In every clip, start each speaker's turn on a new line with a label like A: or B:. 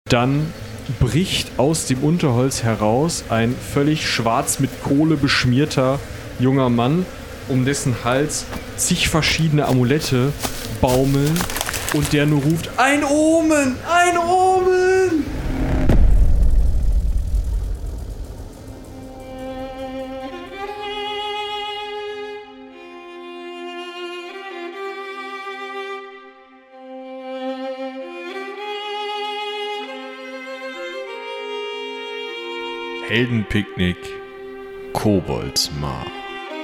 A: Dann bricht aus dem Unterholz heraus ein völlig schwarz mit Kohle beschmierter junger Mann, um dessen Hals zig verschiedene Amulette baumeln und der nur ruft: Ein Omen! Ein Omen! Heldenpicknick Koboldsmar.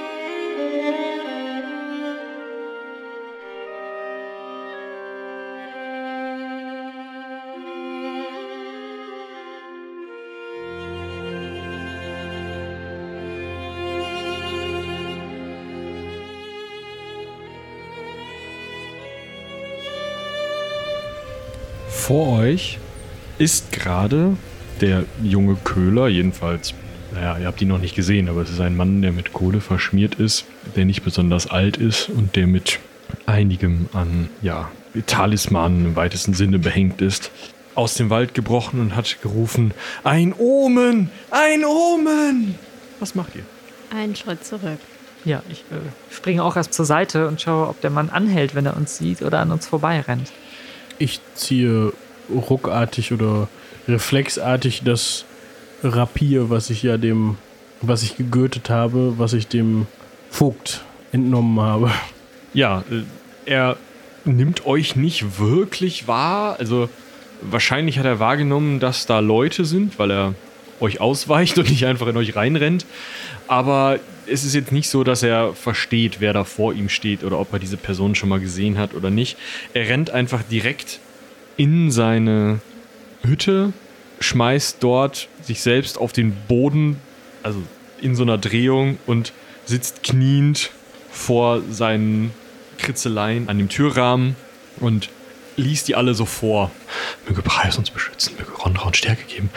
A: Vor euch ist gerade der junge Köhler, jedenfalls, naja, ihr habt ihn noch nicht gesehen, aber es ist ein Mann, der mit Kohle verschmiert ist, der nicht besonders alt ist und der mit einigem an, Talismanen im weitesten Sinne behängt ist, aus dem Wald gebrochen und hat gerufen: Ein Omen! Ein Omen! Was macht ihr?
B: Einen Schritt zurück.
C: Ja, ich springe auch erst zur Seite und schaue, ob der Mann anhält, wenn er uns sieht oder an uns vorbeirennt.
D: Ich ziehe ruckartig oder reflexartig das Rapier, was ich gegürtet habe, was ich dem Vogt entnommen habe.
A: Ja, er nimmt euch nicht wirklich wahr. Also wahrscheinlich hat er wahrgenommen, dass da Leute sind, weil er euch ausweicht und nicht einfach in euch reinrennt. Aber es ist jetzt nicht so, dass er versteht, wer da vor ihm steht oder ob er diese Person schon mal gesehen hat oder nicht. Er rennt einfach direkt in seine Hütte, schmeißt dort sich selbst auf den Boden, also in so einer Drehung, und sitzt kniend vor seinen Kritzeleien an dem Türrahmen und liest die alle so vor. Möge Preis uns beschützen, möge Ronraun Stärke geben.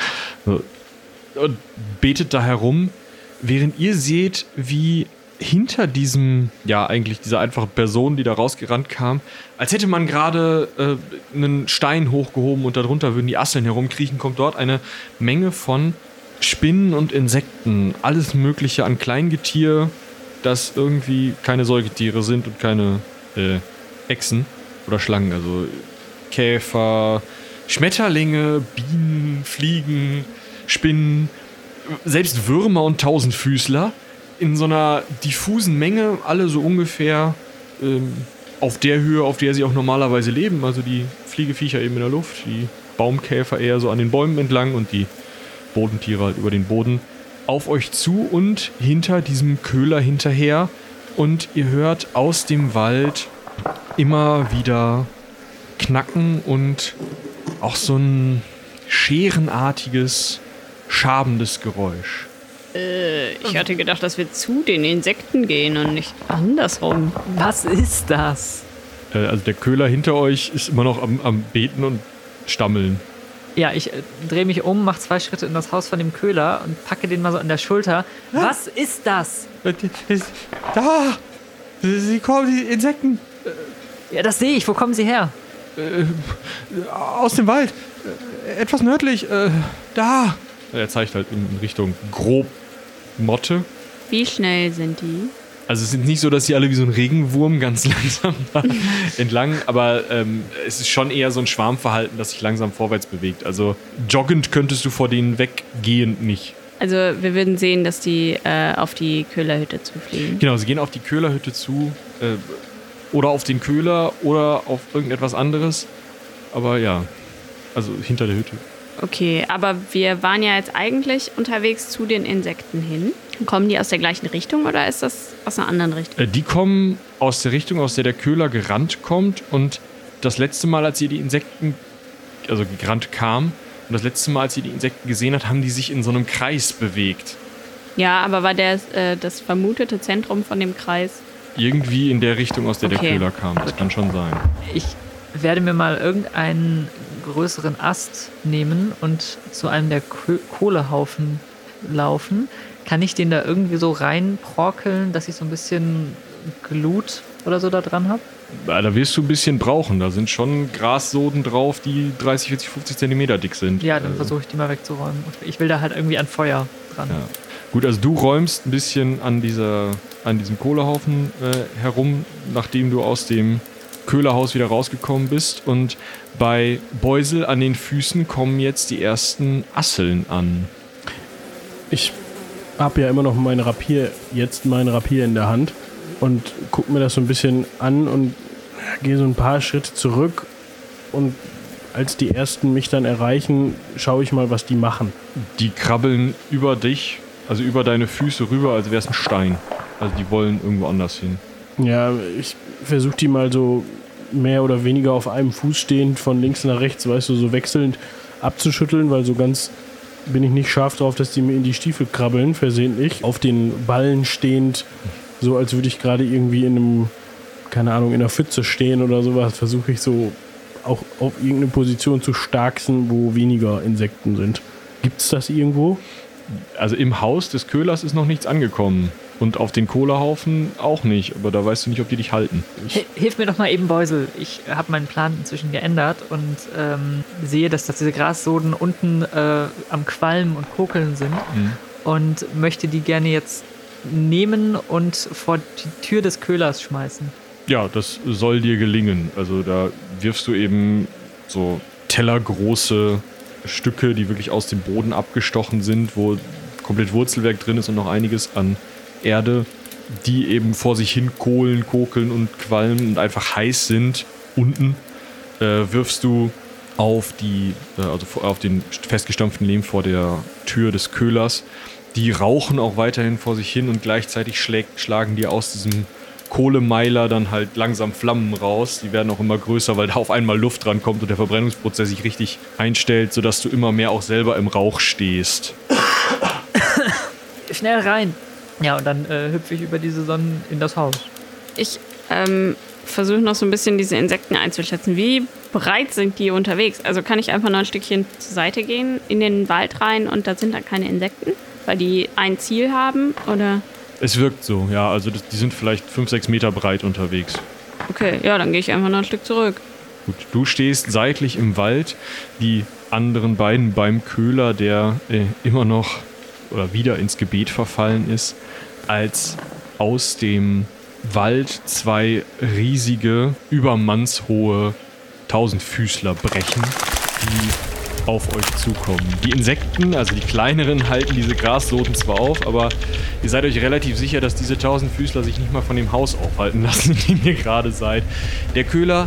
A: Und betet da herum, während ihr seht, wie hinter diesem, eigentlich dieser einfachen Person, die da rausgerannt kam, als hätte man gerade einen Stein hochgehoben und darunter würden die Asseln herumkriechen, kommt dort eine Menge von Spinnen und Insekten, alles Mögliche an Kleingetier, das irgendwie keine Säugetiere sind und keine Echsen oder Schlangen, also Käfer, Schmetterlinge, Bienen, Fliegen, Spinnen, selbst Würmer und Tausendfüßler in so einer diffusen Menge, alle so ungefähr auf der Höhe, auf der sie auch normalerweise leben. Also die Fliegeviecher eben in der Luft, die Baumkäfer eher so an den Bäumen entlang und die Bodentiere halt über den Boden auf euch zu und hinter diesem Köhler hinterher. Und ihr hört aus dem Wald immer wieder Knacken und auch so ein scherenartiges, schabendes Geräusch.
B: Ich hatte gedacht, dass wir zu den Insekten gehen und nicht andersrum.
C: Was ist das?
A: Also der Köhler hinter euch ist immer noch am Beten und Stammeln.
C: Ja, ich drehe mich um, mache 2 Schritte in das Haus von dem Köhler und packe den mal so an der Schulter. Was ist das?
A: Da! Sie kommen, die Insekten!
C: Ja, das sehe ich. Wo kommen sie her?
A: Aus dem Wald. Etwas nördlich. Da! Er zeigt halt in Richtung grob Motte.
B: Wie schnell sind die?
A: Also es ist nicht so, dass sie alle wie so ein Regenwurm ganz langsam da entlang, aber es ist schon eher so ein Schwarmverhalten, das sich langsam vorwärts bewegt. Also joggend könntest du vor denen weggehen nicht.
B: Also wir würden sehen, dass die auf die Köhlerhütte zufliegen.
A: Genau, sie gehen auf die Köhlerhütte zu oder auf den Köhler oder auf irgendetwas anderes. Aber ja, also hinter der Hütte.
B: Okay, aber wir waren ja jetzt eigentlich unterwegs zu den Insekten hin. Kommen die aus der gleichen Richtung oder ist das aus einer anderen Richtung?
A: Die kommen aus der Richtung, aus der der Köhler gerannt kommt. Und das letzte Mal, als ihr die Insekten, also gerannt kam, und das letzte Mal, als ihr die Insekten gesehen habt, haben die sich in so einem Kreis bewegt.
B: Ja, aber war das vermutete Zentrum von dem Kreis?
A: Irgendwie in der Richtung, aus der der Köhler kam. Das kann schon sein.
C: Ich werde mir mal irgendeinen größeren Ast nehmen und zu einem der Kohlehaufen laufen. Kann ich den da irgendwie so reinprokeln, dass ich so ein bisschen Glut oder so da dran habe?
A: Da wirst du ein bisschen brauchen. Da sind schon Grassoden drauf, die 30, 40, 50 Zentimeter dick sind.
C: Ja, dann versuche ich die mal wegzuräumen. Und ich will da halt irgendwie an Feuer dran.
A: Ja. Gut, also du räumst ein bisschen an diesem Kohlehaufen herum, nachdem du aus dem Köhlerhaus wieder rausgekommen bist. Und bei Beusel an den Füßen kommen jetzt die ersten Asseln an.
D: Ich habe ja immer noch meine Rapier in der Hand und gucke mir das so ein bisschen an und gehe so ein paar Schritte zurück. Und als die ersten mich dann erreichen, schaue ich mal, was die machen.
A: Die krabbeln über dich, also über deine Füße rüber, als wäre es ein Stein. Also die wollen irgendwo anders hin.
D: Ja, ich versuche die mal so mehr oder weniger auf einem Fuß stehend von links nach rechts, weißt du, so wechselnd abzuschütteln, weil so ganz bin ich nicht scharf drauf, dass die mir in die Stiefel krabbeln, versehentlich. Auf den Ballen stehend, so als würde ich gerade irgendwie in einem, keine Ahnung, in einer Pfütze stehen oder sowas, versuche ich so auch auf irgendeine Position zu starksen, wo weniger Insekten sind. Gibt's das irgendwo?
A: Also im Haus des Köhlers ist noch nichts angekommen. Und auf den Kohlehaufen auch nicht. Aber da weißt du nicht, ob die dich halten.
C: Hilf mir doch mal eben, Beusel. Ich habe meinen Plan inzwischen geändert und sehe, dass diese Grassoden unten am Qualmen und Kokeln sind. Und möchte die gerne jetzt nehmen und vor die Tür des Köhlers schmeißen.
A: Ja, das soll dir gelingen. Also da wirfst du eben so tellergroße Stücke, die wirklich aus dem Boden abgestochen sind, wo komplett Wurzelwerk drin ist und noch einiges an Erde, die eben vor sich hin kohlen, kokeln und qualmen und einfach heiß sind. Unten wirfst du auf den festgestampften Lehm vor der Tür des Köhlers. Die rauchen auch weiterhin vor sich hin und gleichzeitig schlagen die aus diesem Kohlemeiler dann halt langsam Flammen raus. Die werden auch immer größer, weil da auf einmal Luft dran kommt und der Verbrennungsprozess sich richtig einstellt, sodass du immer mehr auch selber im Rauch stehst.
C: Schnell rein! Ja, und dann hüpfe ich über diese Sonnen in das Haus.
B: Ich versuche noch so ein bisschen diese Insekten einzuschätzen. Wie breit sind die unterwegs? Also kann ich einfach noch ein Stückchen zur Seite gehen, in den Wald rein und da sind dann keine Insekten, weil die ein Ziel haben, oder?
A: Es wirkt so, ja. Also die sind vielleicht 5-6 Meter breit unterwegs.
B: Okay, ja, dann gehe ich einfach noch ein Stück zurück.
A: Gut, du stehst seitlich im Wald, die anderen beiden beim Köhler, der immer noch oder wieder ins Gebet verfallen ist, als aus dem Wald 2 riesige, übermannshohe Tausendfüßler brechen, die auf euch zukommen. Die Insekten, also die kleineren, halten diese Grassoden zwar auf, aber ihr seid euch relativ sicher, dass diese Tausendfüßler sich nicht mal von dem Haus aufhalten lassen, in dem ihr gerade seid. Der Köhler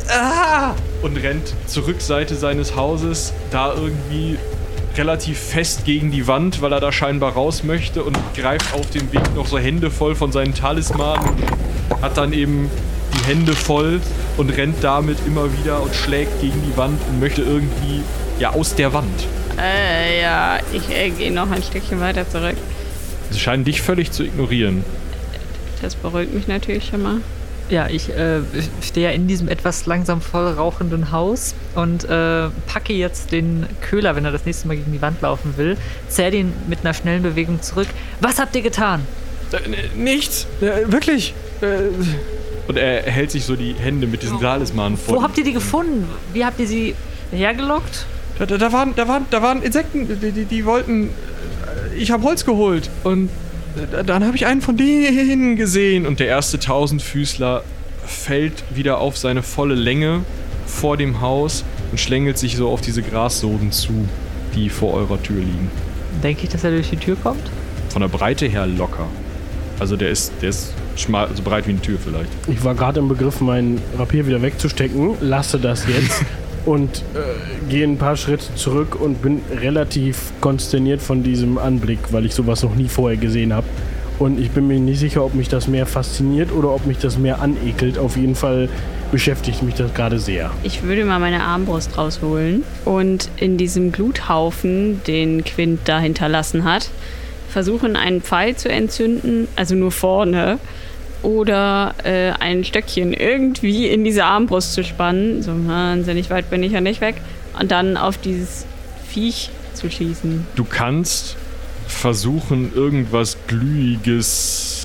A: und rennt zur Rückseite seines Hauses, da irgendwie relativ fest gegen die Wand, weil er da scheinbar raus möchte und greift auf dem Weg noch so Hände voll von seinen Talismanen, hat dann eben die Hände voll und rennt damit immer wieder und schlägt gegen die Wand und möchte irgendwie aus der Wand.
B: Ja, ich gehe noch ein Stückchen weiter zurück.
A: Sie scheinen dich völlig zu ignorieren.
B: Das beruhigt mich natürlich schon mal.
C: Ja, ich stehe ja in diesem etwas langsam voll rauchenden Haus und packe jetzt den Köhler, wenn er das nächste Mal gegen die Wand laufen will, zähle ihn mit einer schnellen Bewegung zurück. Was habt ihr getan?
A: Nichts. Wirklich. Und er hält sich so die Hände mit diesen Talismanen vor.
C: Wo habt ihr die gefunden? Wie habt ihr sie hergelockt?
A: Da waren Insekten, die wollten... Ich habe Holz geholt und dann habe ich einen von denen gesehen. Und der erste Tausendfüßler fällt wieder auf seine volle Länge vor dem Haus und schlängelt sich so auf diese Grassoden zu, die vor eurer Tür liegen.
C: Denke ich, dass er durch die Tür kommt?
A: Von der Breite her locker. Also der ist schmal, so breit wie eine Tür vielleicht.
D: Ich war gerade im Begriff, meinen Rapier wieder wegzustecken, lasse das jetzt und gehe ein paar Schritte zurück und bin relativ konsterniert von diesem Anblick, weil ich sowas noch nie vorher gesehen habe. Und ich bin mir nicht sicher, ob mich das mehr fasziniert oder ob mich das mehr anekelt. Auf jeden Fall beschäftigt mich das gerade sehr.
B: Ich würde mal meine Armbrust rausholen und in diesem Gluthaufen, den Quint da hinterlassen hat, versuchen, einen Pfeil zu entzünden, also nur vorne, oder ein Stöckchen irgendwie in diese Armbrust zu spannen. So wahnsinnig weit bin ich ja nicht weg. Und dann auf dieses Viech zu schießen.
A: Du kannst versuchen, irgendwas Glühiges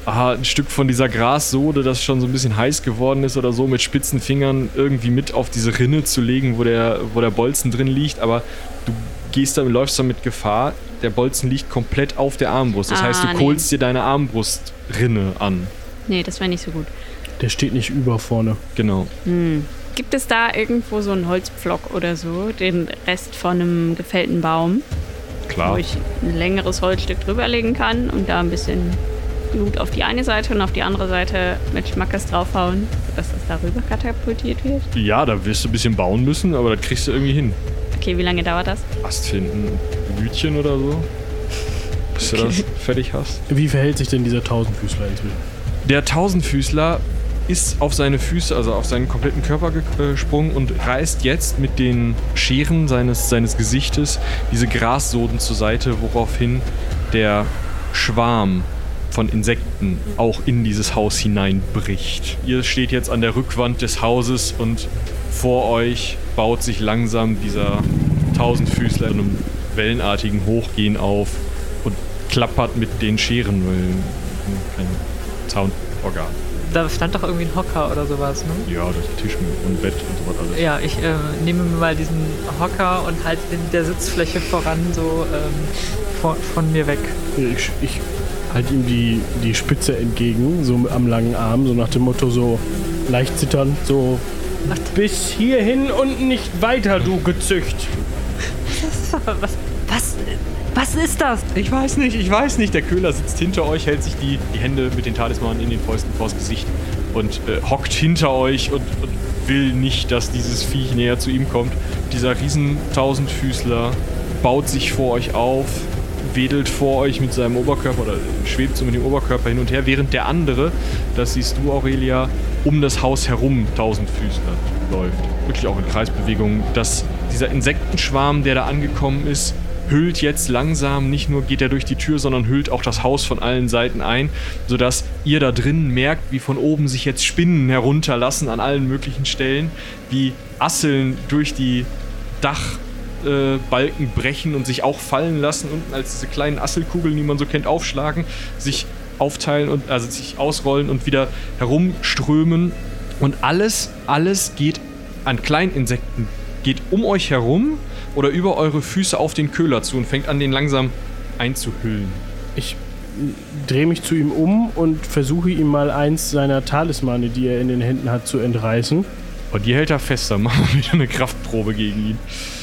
A: ein Stück von dieser Grassohle, das schon so ein bisschen heiß geworden ist oder so, mit spitzen Fingern irgendwie mit auf diese Rinne zu legen, wo der Bolzen drin liegt, aber du läufst damit Gefahr, der Bolzen liegt komplett auf der Armbrust. Das heißt, du kohlst dir deine Armbrustrinne an.
B: Nee, das wäre nicht so gut.
D: Der steht nicht über vorne.
A: Genau.
B: Gibt es da irgendwo so einen Holzpflock oder so, den Rest von einem gefällten Baum,
A: Klar.
B: wo ich ein längeres Holzstück drüberlegen kann und da ein bisschen Blut auf die eine Seite und auf die andere Seite mit Schmackes draufhauen, sodass das darüber katapultiert wird?
A: Ja, da wirst du ein bisschen bauen müssen, aber das kriegst du irgendwie hin.
B: Okay, wie lange dauert das?
A: Ast finden, Blütchen oder so, bis du das fertig hast.
D: Wie verhält sich denn dieser Tausendfüßler inzwischen?
A: Der Tausendfüßler ist auf seine Füße, also auf seinen kompletten Körper gesprungen und reißt jetzt mit den Scheren seines Gesichtes diese Grassoden zur Seite, woraufhin der Schwarm von Insekten auch in dieses Haus hineinbricht. Ihr steht jetzt an der Rückwand des Hauses und vor euch baut sich langsam dieser Tausendfüßler in einem wellenartigen Hochgehen auf und klappert mit den Scheren, weil kein Soundorgan.
C: Da stand doch irgendwie ein Hocker oder sowas, ne?
A: Ja, das Tisch und Bett und sowas alles.
C: Ja, ich nehme mir mal diesen Hocker und halte den mit der Sitzfläche voran, so von mir weg.
D: Ich halte ihm die Spitze entgegen, so am langen Arm, so nach dem Motto, so leicht zitternd, so bis hierhin und nicht weiter, du Gezücht.
C: Was ist das?
A: Ich weiß nicht. Der Köhler sitzt hinter euch, hält sich die Hände mit den Talismanen in den Fäusten vors Gesicht und hockt hinter euch und will nicht, dass dieses Viech näher zu ihm kommt. Dieser riesen Tausendfüßler baut sich vor euch auf, wedelt vor euch mit seinem Oberkörper oder schwebt so mit dem Oberkörper hin und her, während der andere, das siehst du, Aurelia, um das Haus herum Tausendfüßler läuft. Wirklich auch in Kreisbewegungen. Dieser Insektenschwarm, der da angekommen ist, hüllt jetzt langsam, nicht nur geht er durch die Tür, sondern hüllt auch das Haus von allen Seiten ein, sodass ihr da drinnen merkt, wie von oben sich jetzt Spinnen herunterlassen an allen möglichen Stellen, wie Asseln durch die Dachbalken brechen und sich auch fallen lassen, unten als diese kleinen Asselkugeln, die man so kennt, aufschlagen, sich aufteilen und also sich ausrollen und wieder herumströmen. Und alles geht an Kleininsekten, geht um euch herum oder über eure Füße auf den Köhler zu und fängt an, den langsam einzuhüllen.
D: Ich drehe mich zu ihm um und versuche ihm mal eins seiner Talismane, die er in den Händen hat, zu entreißen.
A: Und die hält er fester. Machen wir wieder eine Kraftprobe gegen ihn.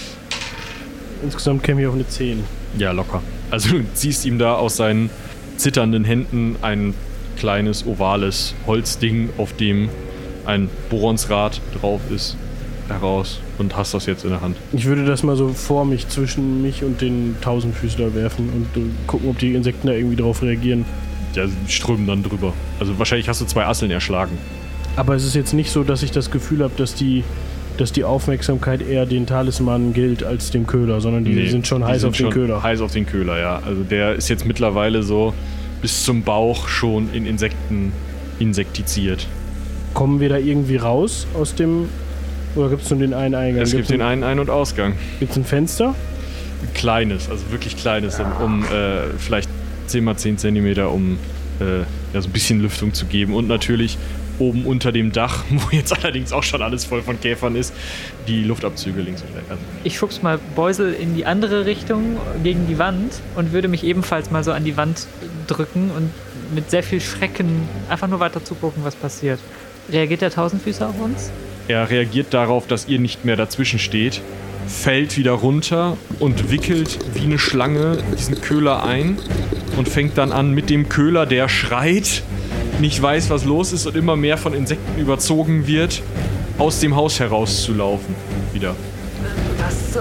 D: Insgesamt käme ich auf eine 10.
A: Ja, locker. Also du ziehst ihm da aus seinen zitternden Händen ein kleines, ovales Holzding, auf dem ein Boronsrad drauf ist, heraus und hast das jetzt in der Hand.
D: Ich würde das mal so vor mich, zwischen mich und den Tausendfüßler werfen und gucken, ob die Insekten da irgendwie drauf reagieren.
A: Ja, die strömen dann drüber. Also wahrscheinlich hast du 2 Asseln erschlagen.
D: Aber es ist jetzt nicht so, dass ich das Gefühl habe, dass die Aufmerksamkeit eher den Talismanen gilt als dem Köhler, sondern die sind schon heiß auf den Köhler.
A: Heiß auf den Köhler, ja. Also der ist jetzt mittlerweile so bis zum Bauch schon in Insekten insektiziert.
D: Kommen wir da irgendwie raus aus dem... Oder gibt es nur den einen Eingang?
A: Es gibt den einen Ein- und Ausgang.
D: Gibt es ein Fenster?
A: Ein kleines, also wirklich kleines, um vielleicht 10 x 10 Zentimeter, um so ein bisschen Lüftung zu geben. Und natürlich oben unter dem Dach, wo jetzt allerdings auch schon alles voll von Käfern ist, die Luftabzüge links und rechts.
C: Ich fuchs mal Beusel in die andere Richtung, gegen die Wand, und würde mich ebenfalls mal so an die Wand drücken und mit sehr viel Schrecken einfach nur weiter zugucken, was passiert. Reagiert der Tausendfüßer auf uns?
A: Er reagiert darauf, dass ihr nicht mehr dazwischen steht, fällt wieder runter und wickelt wie eine Schlange diesen Köhler ein und fängt dann an mit dem Köhler, der schreit, nicht weiß, was los ist und immer mehr von Insekten überzogen wird, aus dem Haus herauszulaufen. Wieder.
C: Was?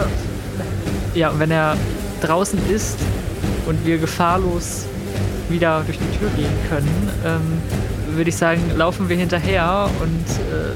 C: Ja, und wenn er draußen ist und wir gefahrlos wieder durch die Tür gehen können, würde ich sagen, laufen wir hinterher und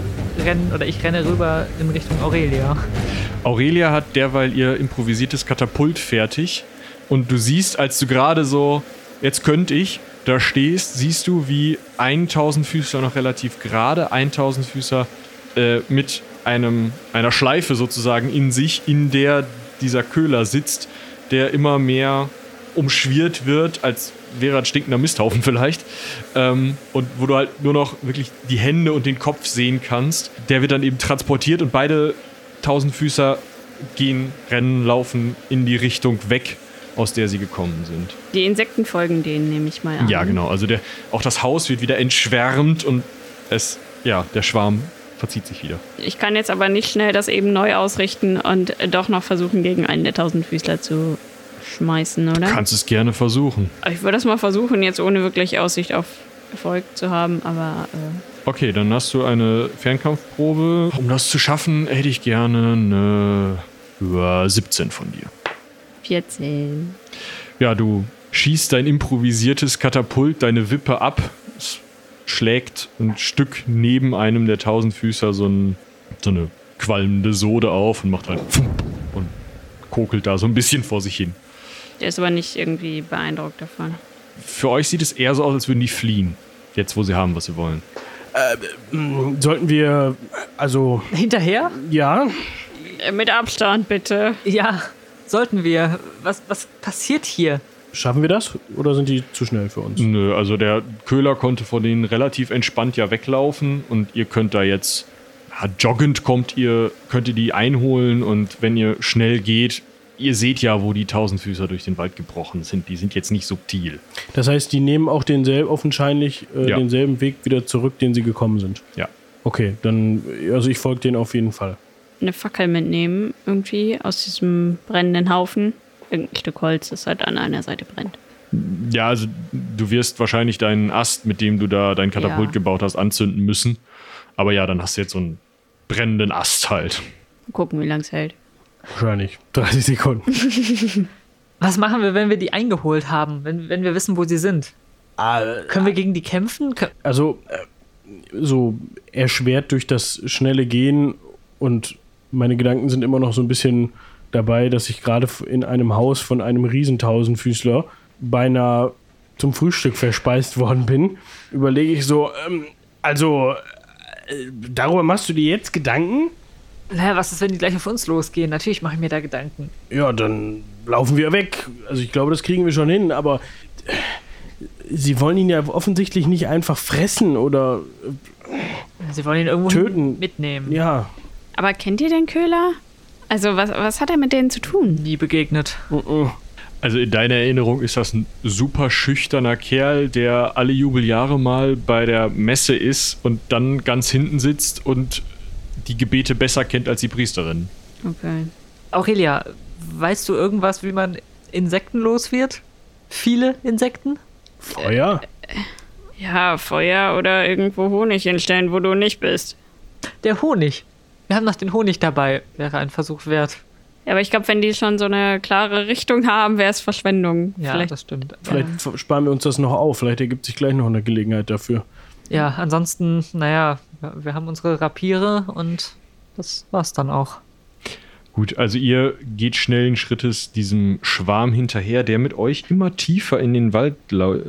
C: ich renne rüber in Richtung Aurelia.
A: Aurelia hat derweil ihr improvisiertes Katapult fertig und du siehst, als du gerade so, jetzt könnte ich, da stehst, siehst du, wie ein Tausendfüßler noch relativ gerade, ein Tausendfüßler mit einer Schleife sozusagen in sich, in der dieser Köhler sitzt, der immer mehr umschwirrt wird, als wäre ein stinkender Misthaufen vielleicht. Und wo du halt nur noch wirklich die Hände und den Kopf sehen kannst. Der wird dann eben transportiert und beide Tausendfüßer gehen, rennen, laufen in die Richtung weg, aus der sie gekommen sind.
B: Die Insekten folgen denen, nehme ich mal an.
A: Ja, genau. Also auch das Haus wird wieder entschwärmt und der Schwarm verzieht sich wieder.
B: Ich kann jetzt aber nicht schnell das eben neu ausrichten und doch noch versuchen, gegen einen der Tausendfüßler zu schmeißen, oder?
A: Du kannst es gerne versuchen.
B: Ich würde das mal versuchen, jetzt ohne wirklich Aussicht auf Erfolg zu haben, aber...
A: Okay, dann hast du eine Fernkampfprobe. Um das zu schaffen, hätte ich gerne eine 17 von dir.
B: 14.
A: Ja, du schießt dein improvisiertes Katapult, deine Wippe ab. Es schlägt ein Stück neben einem der Tausendfüßer so eine qualmende Sode auf und macht halt und kokelt da so ein bisschen vor sich hin.
B: Der ist aber nicht irgendwie beeindruckt davon.
A: Für euch sieht es eher so aus, als würden die fliehen. Jetzt, wo sie haben, was sie wollen.
D: Sollten wir, also...
C: Hinterher?
D: Ja,
B: Mit Abstand, bitte.
C: Ja, sollten wir. Was passiert hier?
D: schaffen wir das oder sind die zu schnell für uns?
A: Nö, also der Köhler konnte von denen relativ entspannt ja weglaufen und ihr könnt da jetzt, joggend könnt ihr die einholen und wenn ihr schnell geht, ihr seht ja, wo die Tausendfüßer durch den Wald gebrochen sind. Die sind jetzt nicht subtil.
D: Das heißt, die nehmen auch augenscheinlich denselben Weg wieder zurück, den sie gekommen sind?
A: Ja.
D: Okay, dann, also ich folge denen auf jeden Fall.
B: Eine Fackel mitnehmen, irgendwie, aus diesem brennenden Haufen. Irgendein Stück Holz, das halt an einer Seite brennt.
A: Ja, also du wirst wahrscheinlich deinen Ast, mit dem du da dein Katapult gebaut hast, anzünden müssen. Aber ja, dann hast du jetzt so einen brennenden Ast halt.
B: Mal gucken, wie lange es hält.
D: Wahrscheinlich 30 Sekunden.
C: Was machen wir, wenn wir die eingeholt haben? Wenn wir wissen, wo sie sind? Können wir gegen die kämpfen?
D: Also, so erschwert durch das schnelle Gehen und meine Gedanken sind immer noch so ein bisschen dabei, dass ich gerade in einem Haus von einem Riesentausendfüßler beinahe zum Frühstück verspeist worden bin. Überlege ich so, darüber machst du dir jetzt Gedanken?
C: Naja, was ist, wenn die gleich auf uns losgehen? Natürlich mache ich mir da Gedanken.
D: Ja, dann laufen wir weg. Also ich glaube, das kriegen wir schon hin, aber sie wollen ihn ja offensichtlich nicht einfach fressen oder
C: Sie wollen ihn irgendwo
D: töten.
C: Mitnehmen.
D: Ja.
B: Aber kennt ihr den Köhler? Also, was hat er mit denen zu tun?
C: Nie begegnet.
A: Also in deiner Erinnerung ist das ein super schüchterner Kerl, der alle Jubeljahre mal bei der Messe ist und dann ganz hinten sitzt und die Gebete besser kennt als die Priesterin.
B: Okay.
C: Aurelia, weißt du irgendwas, wie man Insekten los wird? Viele Insekten?
D: Feuer?
B: Ja, Feuer oder irgendwo Honig hinstellen, wo du nicht bist.
C: Der Honig. Wir haben noch den Honig dabei. Wäre ein Versuch wert.
B: Ja, aber ich glaube, wenn die schon so eine klare Richtung haben, wäre es Verschwendung.
C: Ja, das stimmt.
D: Vielleicht sparen wir uns das noch auf. Vielleicht ergibt sich gleich noch eine Gelegenheit dafür.
C: Ja, ansonsten, wir haben unsere Rapiere und das war's dann auch.
A: Gut, also ihr geht schnellen Schrittes diesem Schwarm hinterher, der mit euch immer tiefer in den Wald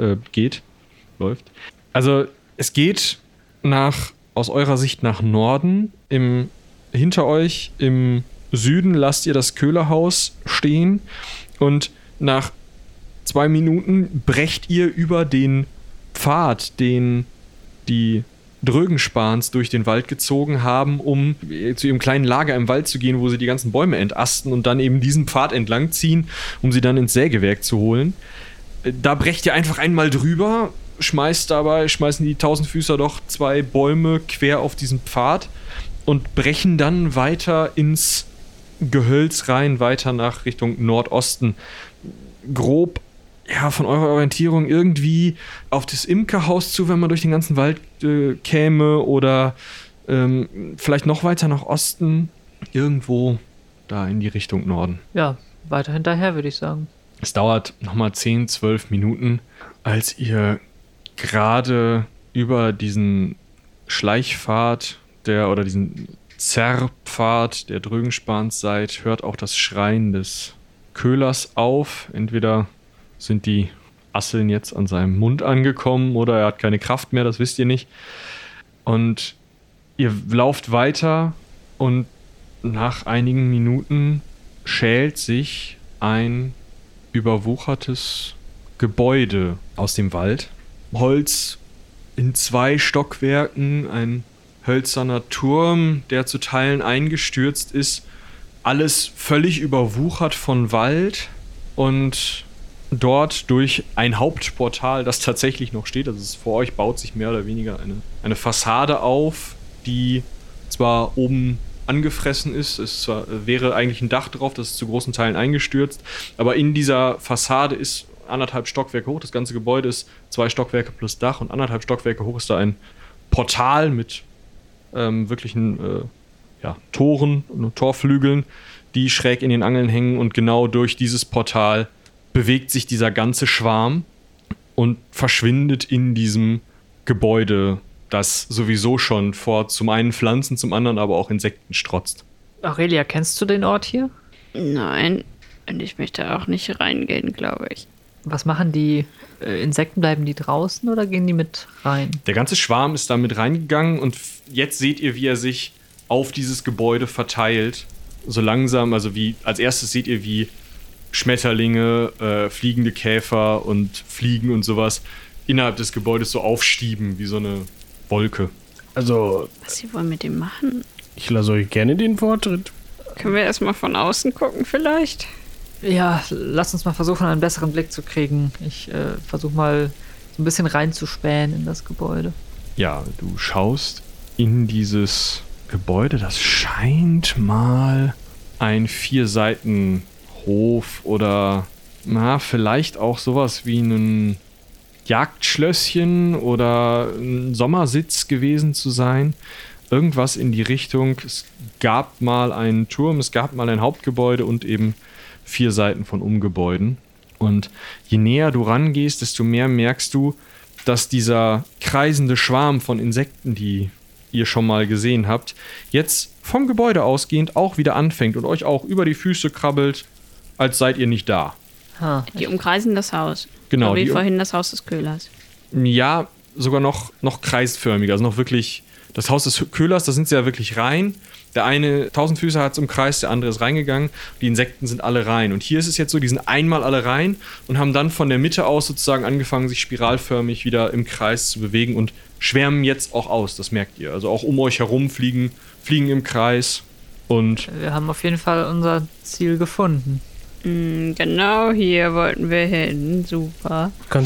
A: läuft. Also es geht aus eurer Sicht nach Norden. Hinter euch im Süden lasst ihr das Köhlerhaus stehen und nach 2 Minuten brecht ihr über den Pfad, den die Drögenspans durch den Wald gezogen haben, um zu ihrem kleinen Lager im Wald zu gehen, wo sie die ganzen Bäume entasten und dann eben diesen Pfad entlang ziehen, um sie dann ins Sägewerk zu holen. Da brecht ihr einfach einmal drüber, schmeißen die Tausendfüßer doch 2 Bäume quer auf diesen Pfad und brechen dann weiter ins Gehölz rein, weiter nach Richtung Nordosten. Grob, von eurer Orientierung irgendwie auf das Imkerhaus zu, wenn man durch den ganzen Wald käme oder vielleicht noch weiter nach Osten, irgendwo da in die Richtung Norden.
C: Ja, weiter hinterher, würde ich sagen.
A: Es dauert nochmal 10, 12 Minuten, als ihr gerade über diesen Schleichpfad oder diesen Zerrpfad der Drögenspans seid, hört auch das Schreien des Köhlers auf. Entweder sind die Asseln jetzt an seinem Mund angekommen oder er hat keine Kraft mehr, das wisst ihr nicht. Und ihr lauft weiter und nach einigen Minuten schält sich ein überwuchertes Gebäude aus dem Wald. Holz in 2 Stockwerken, ein hölzerner Turm, der zu Teilen eingestürzt ist. Alles völlig überwuchert von Wald und dort durch ein Hauptportal, das tatsächlich noch steht. Also vor euch baut sich mehr oder weniger eine Fassade auf, die zwar oben angefressen ist, wäre eigentlich ein Dach drauf, das ist zu großen Teilen eingestürzt, aber in dieser Fassade ist 1,5 Stockwerke hoch, das ganze Gebäude ist 2 Stockwerke plus Dach und 1,5 Stockwerke hoch ist da ein Portal mit wirklichen Toren und Torflügeln, die schräg in den Angeln hängen und genau durch dieses Portal bewegt sich dieser ganze Schwarm und verschwindet in diesem Gebäude, das sowieso schon vor zum einen Pflanzen, zum anderen aber auch Insekten strotzt.
C: Aurelia, kennst du den Ort hier?
B: Nein, und ich möchte auch nicht reingehen, glaube ich.
C: Was machen die Insekten? Bleiben die draußen oder gehen die mit rein?
A: Der ganze Schwarm ist da mit reingegangen und jetzt seht ihr, wie er sich auf dieses Gebäude verteilt. So langsam, also wie als erstes seht ihr, wie Schmetterlinge, fliegende Käfer und Fliegen und sowas innerhalb des Gebäudes so aufstieben, wie so eine Wolke.
D: Also,
B: Was sie wollen mit dem machen?
D: ich lasse euch gerne den Vortritt.
B: Können wir erstmal von außen gucken vielleicht?
C: Ja, lass uns mal versuchen, einen besseren Blick zu kriegen. Ich versuche mal so ein bisschen reinzuspähen in das Gebäude.
A: Ja, du schaust in dieses Gebäude, das scheint mal ein 4-Seiten-Hof oder vielleicht auch sowas wie ein Jagdschlösschen oder ein Sommersitz gewesen zu sein. Irgendwas in die Richtung. Es gab mal einen Turm, es gab mal ein Hauptgebäude und eben 4 Seiten von Umgebäuden. Und je näher du rangehst, desto mehr merkst du, dass dieser kreisende Schwarm von Insekten, die ihr schon mal gesehen habt, jetzt vom Gebäude ausgehend auch wieder anfängt und euch auch über die Füße krabbelt, als seid ihr nicht da.
B: Die umkreisen das Haus.
A: Genau.
B: So wie vorhin das Haus des Köhlers.
A: Ja, sogar noch kreisförmiger. Also noch wirklich, das Haus des Köhlers, da sind sie ja wirklich rein. Der eine 1000 Füße hat es umkreist, der andere ist reingegangen. Die Insekten sind alle rein. Und hier ist es jetzt so, die sind einmal alle rein und haben dann von der Mitte aus sozusagen angefangen, sich spiralförmig wieder im Kreis zu bewegen und schwärmen jetzt auch aus, das merkt ihr. Also auch um euch herum fliegen im Kreis. Und
C: Wir haben auf jeden Fall unser Ziel gefunden.
B: Genau hier wollten wir hin. Super.
D: Kann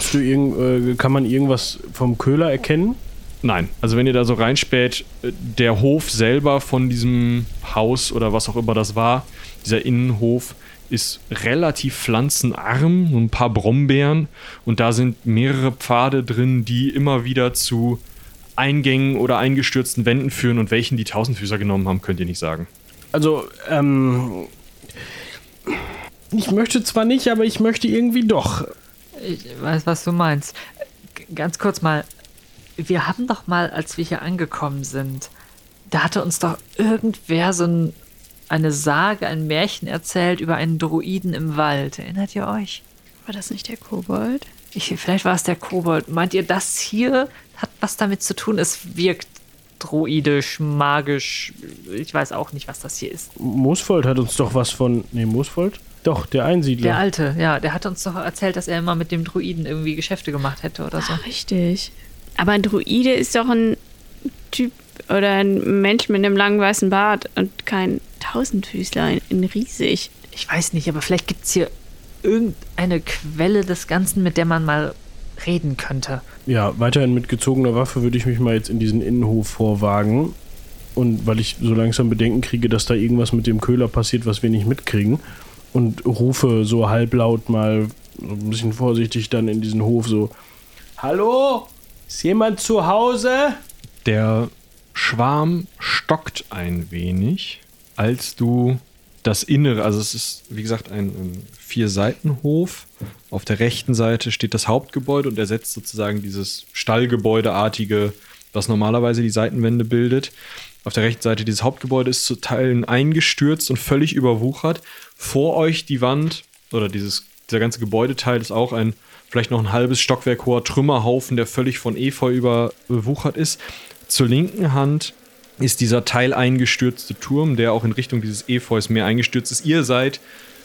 D: man irgendwas vom Köhler erkennen?
A: nein, also wenn ihr da so reinspäht, der Hof selber von diesem Haus oder was auch immer das war, dieser Innenhof, ist relativ pflanzenarm, so ein paar Brombeeren und da sind mehrere Pfade drin, die immer wieder zu Eingängen oder eingestürzten Wänden führen und welchen die Tausendfüßer genommen haben, könnt ihr nicht sagen.
D: Also, ich möchte zwar nicht, aber ich möchte irgendwie doch.
C: Ich weiß, was du meinst. Ganz kurz mal, wir haben doch mal, als wir hier angekommen sind, da hatte uns doch irgendwer so eine Sage, ein Märchen erzählt über einen Druiden im Wald. Erinnert ihr euch?
B: War das nicht der Kobold?
C: Vielleicht war es der Kobold. Meint ihr, das hier hat was damit zu tun? Es wirkt druidisch, magisch. Ich weiß auch nicht, was das hier ist.
D: Moosfold hat uns doch was von... Nee, Moosfold? Doch, der Einsiedler.
C: Der Alte, ja. Der hat uns doch erzählt, dass er immer mit dem Druiden irgendwie Geschäfte gemacht hätte oder so.
B: Ach, richtig. Aber ein Druide ist doch ein Typ oder ein Mensch mit einem langen weißen Bart und kein Tausendfüßler, ein riesig.
C: Ich weiß nicht, aber vielleicht gibt es hier irgendeine Quelle des Ganzen, mit der man mal reden könnte.
D: Ja, weiterhin mit gezogener Waffe würde ich mich mal jetzt in diesen Innenhof vorwagen. Und weil ich so langsam Bedenken kriege, dass da irgendwas mit dem Köhler passiert, was wir nicht mitkriegen. Und rufe so halblaut mal, so ein bisschen vorsichtig dann in diesen Hof so: Hallo? Ist jemand zu Hause?
A: Der Schwarm stockt ein wenig, als du das Innere, also es ist wie gesagt ein 4-Seiten-Hof. Auf der rechten Seite steht das Hauptgebäude und ersetzt sozusagen dieses Stallgebäudeartige, was normalerweise die Seitenwände bildet. Auf der rechten Seite dieses Hauptgebäude ist zu Teilen eingestürzt und völlig überwuchert. Vor euch die Wand oder dieser ganze Gebäudeteil ist auch ein vielleicht noch ein halbes Stockwerk hoher Trümmerhaufen, der völlig von Efeu überwuchert ist. Zur linken Hand ist dieser Teil eingestürzte Turm, der auch in Richtung dieses Efeus mehr eingestürzt ist. Ihr seid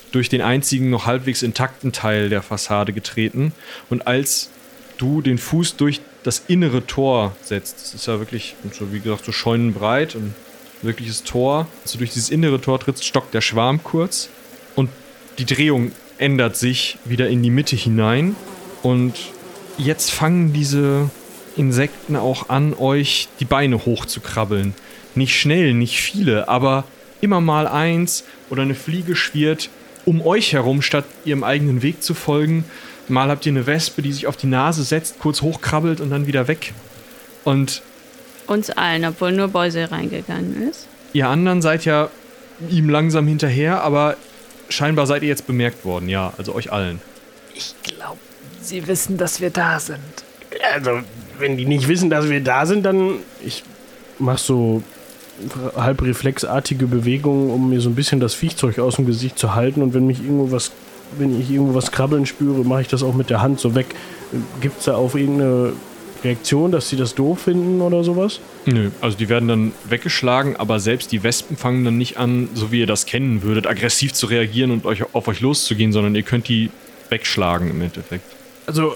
A: durch den einzigen noch halbwegs intakten Teil der Fassade getreten. Und als du den Fuß durch das innere Tor setzt, das ist ja wirklich, so wie gesagt, so scheunenbreit, ein wirkliches Tor, als du durch dieses innere Tor trittst, stockt der Schwarm kurz und die Drehung ändert sich wieder in die Mitte hinein. Und jetzt fangen diese Insekten auch an, euch die Beine hochzukrabbeln. Nicht schnell, nicht viele, aber immer mal eins oder eine Fliege schwirrt um euch herum, statt ihrem eigenen Weg zu folgen. Mal habt ihr eine Wespe, die sich auf die Nase setzt, kurz hochkrabbelt und dann wieder weg. Und
B: uns allen, obwohl nur Beusel reingegangen ist.
A: ihr anderen seid ja ihm langsam hinterher, aber scheinbar seid ihr jetzt bemerkt worden, ja, also euch allen.
C: Ich glaube, sie wissen, dass wir da sind.
D: Also, wenn die nicht wissen, dass wir da sind, dann... Ich mach so halb reflexartige Bewegungen, um mir so ein bisschen das Viechzeug aus dem Gesicht zu halten. Und wenn ich irgendwo was krabbeln spüre, mache ich das auch mit der Hand so weg. Gibt es da auch irgendeine Reaktion, dass sie das doof finden oder sowas?
A: Nö, also die werden dann weggeschlagen, aber selbst die Wespen fangen dann nicht an, so wie ihr das kennen würdet, aggressiv zu reagieren und auf euch loszugehen, sondern ihr könnt die wegschlagen im Endeffekt.
D: Also,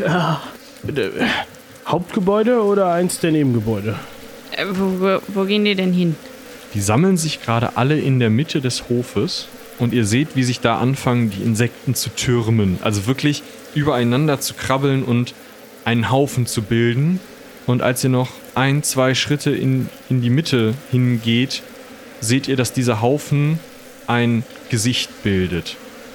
D: Hauptgebäude oder eins der Nebengebäude?
B: Wo gehen die denn hin?
A: Die sammeln sich gerade alle in der Mitte des Hofes und ihr seht, wie sich da anfangen, die Insekten zu türmen. Also wirklich übereinander zu krabbeln und einen Haufen zu bilden. Und als ihr noch 1-2 Schritte in die Mitte hingeht, seht ihr, dass dieser Haufen ein Gesicht bildet.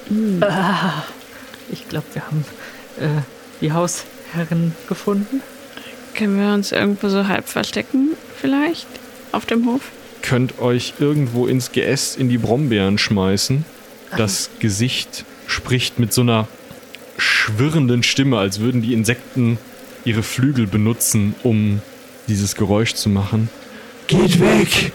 C: Ich glaube, wir haben die Hausherren gefunden.
B: Können wir uns irgendwo so halb verstecken, vielleicht? Auf dem Hof?
A: Könnt euch irgendwo ins Geäst in die Brombeeren schmeißen. Das Gesicht spricht mit so einer schwirrenden Stimme, als würden die Insekten ihre Flügel benutzen, um dieses Geräusch zu machen. Geht weg!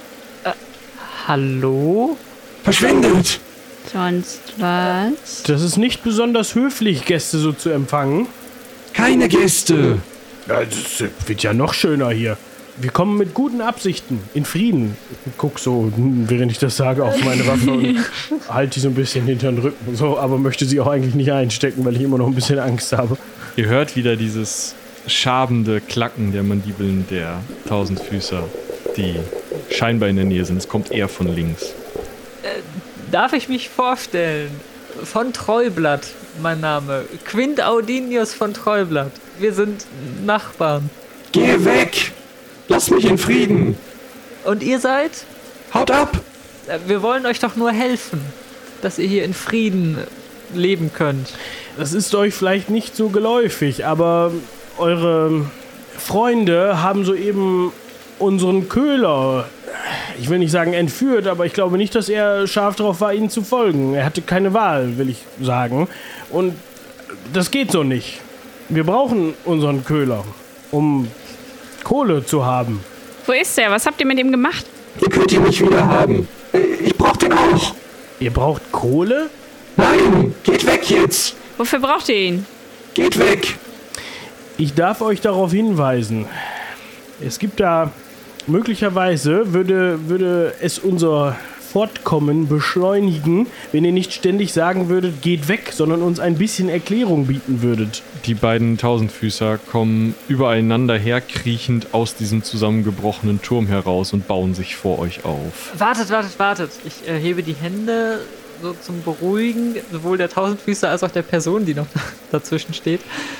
C: Hallo?
A: Verschwindet!
B: Sonst was?
D: Das ist nicht besonders höflich, Gäste so zu empfangen.
A: Keine Gäste!
D: Ja, das wird ja noch schöner hier. Wir kommen mit guten Absichten, in Frieden. Ich guck so, während ich das sage, auf meine Waffe und halte die so ein bisschen hinter den Rücken. So, aber möchte sie auch eigentlich nicht einstecken, weil ich immer noch ein bisschen Angst habe.
A: Ihr hört wieder dieses schabende Klacken der Mandibeln der Tausendfüßer, die scheinbar in der Nähe sind. Es kommt eher von links.
C: Darf ich mich vorstellen? Von Treublatt, mein Name. Quint Audinius von Treublatt. Wir sind Nachbarn.
A: Geh weg! Lass mich in Frieden!
C: Und ihr seid?
A: Haut ab!
C: Wir wollen euch doch nur helfen, dass ihr hier in Frieden leben könnt.
D: Das ist euch vielleicht nicht so geläufig, aber eure Freunde haben soeben unseren Köhler, ich will nicht sagen entführt, aber ich glaube nicht, dass er scharf darauf war, ihnen zu folgen. Er hatte keine Wahl, will ich sagen. Und das geht so nicht. Wir brauchen unseren Köhler, um Kohle zu haben.
B: Wo ist der? Was habt ihr mit ihm gemacht?
A: Ihr könnt ihn nicht wieder haben. Ich brauch den auch.
D: Ihr braucht Kohle?
A: Nein, geht weg jetzt.
B: Wofür braucht ihr ihn?
A: Geht weg.
D: Ich darf euch darauf hinweisen. Es gibt da, möglicherweise würde es unser Fortkommen beschleunigen, wenn ihr nicht ständig sagen würdet, geht weg, sondern uns ein bisschen Erklärung bieten würdet.
A: Die beiden Tausendfüßer kommen übereinander herkriechend aus diesem zusammengebrochenen Turm heraus und bauen sich vor euch auf.
C: Wartet. Ich hebe die Hände so zum Beruhigen, sowohl der Tausendfüßer als auch der Person, die noch dazwischen steht.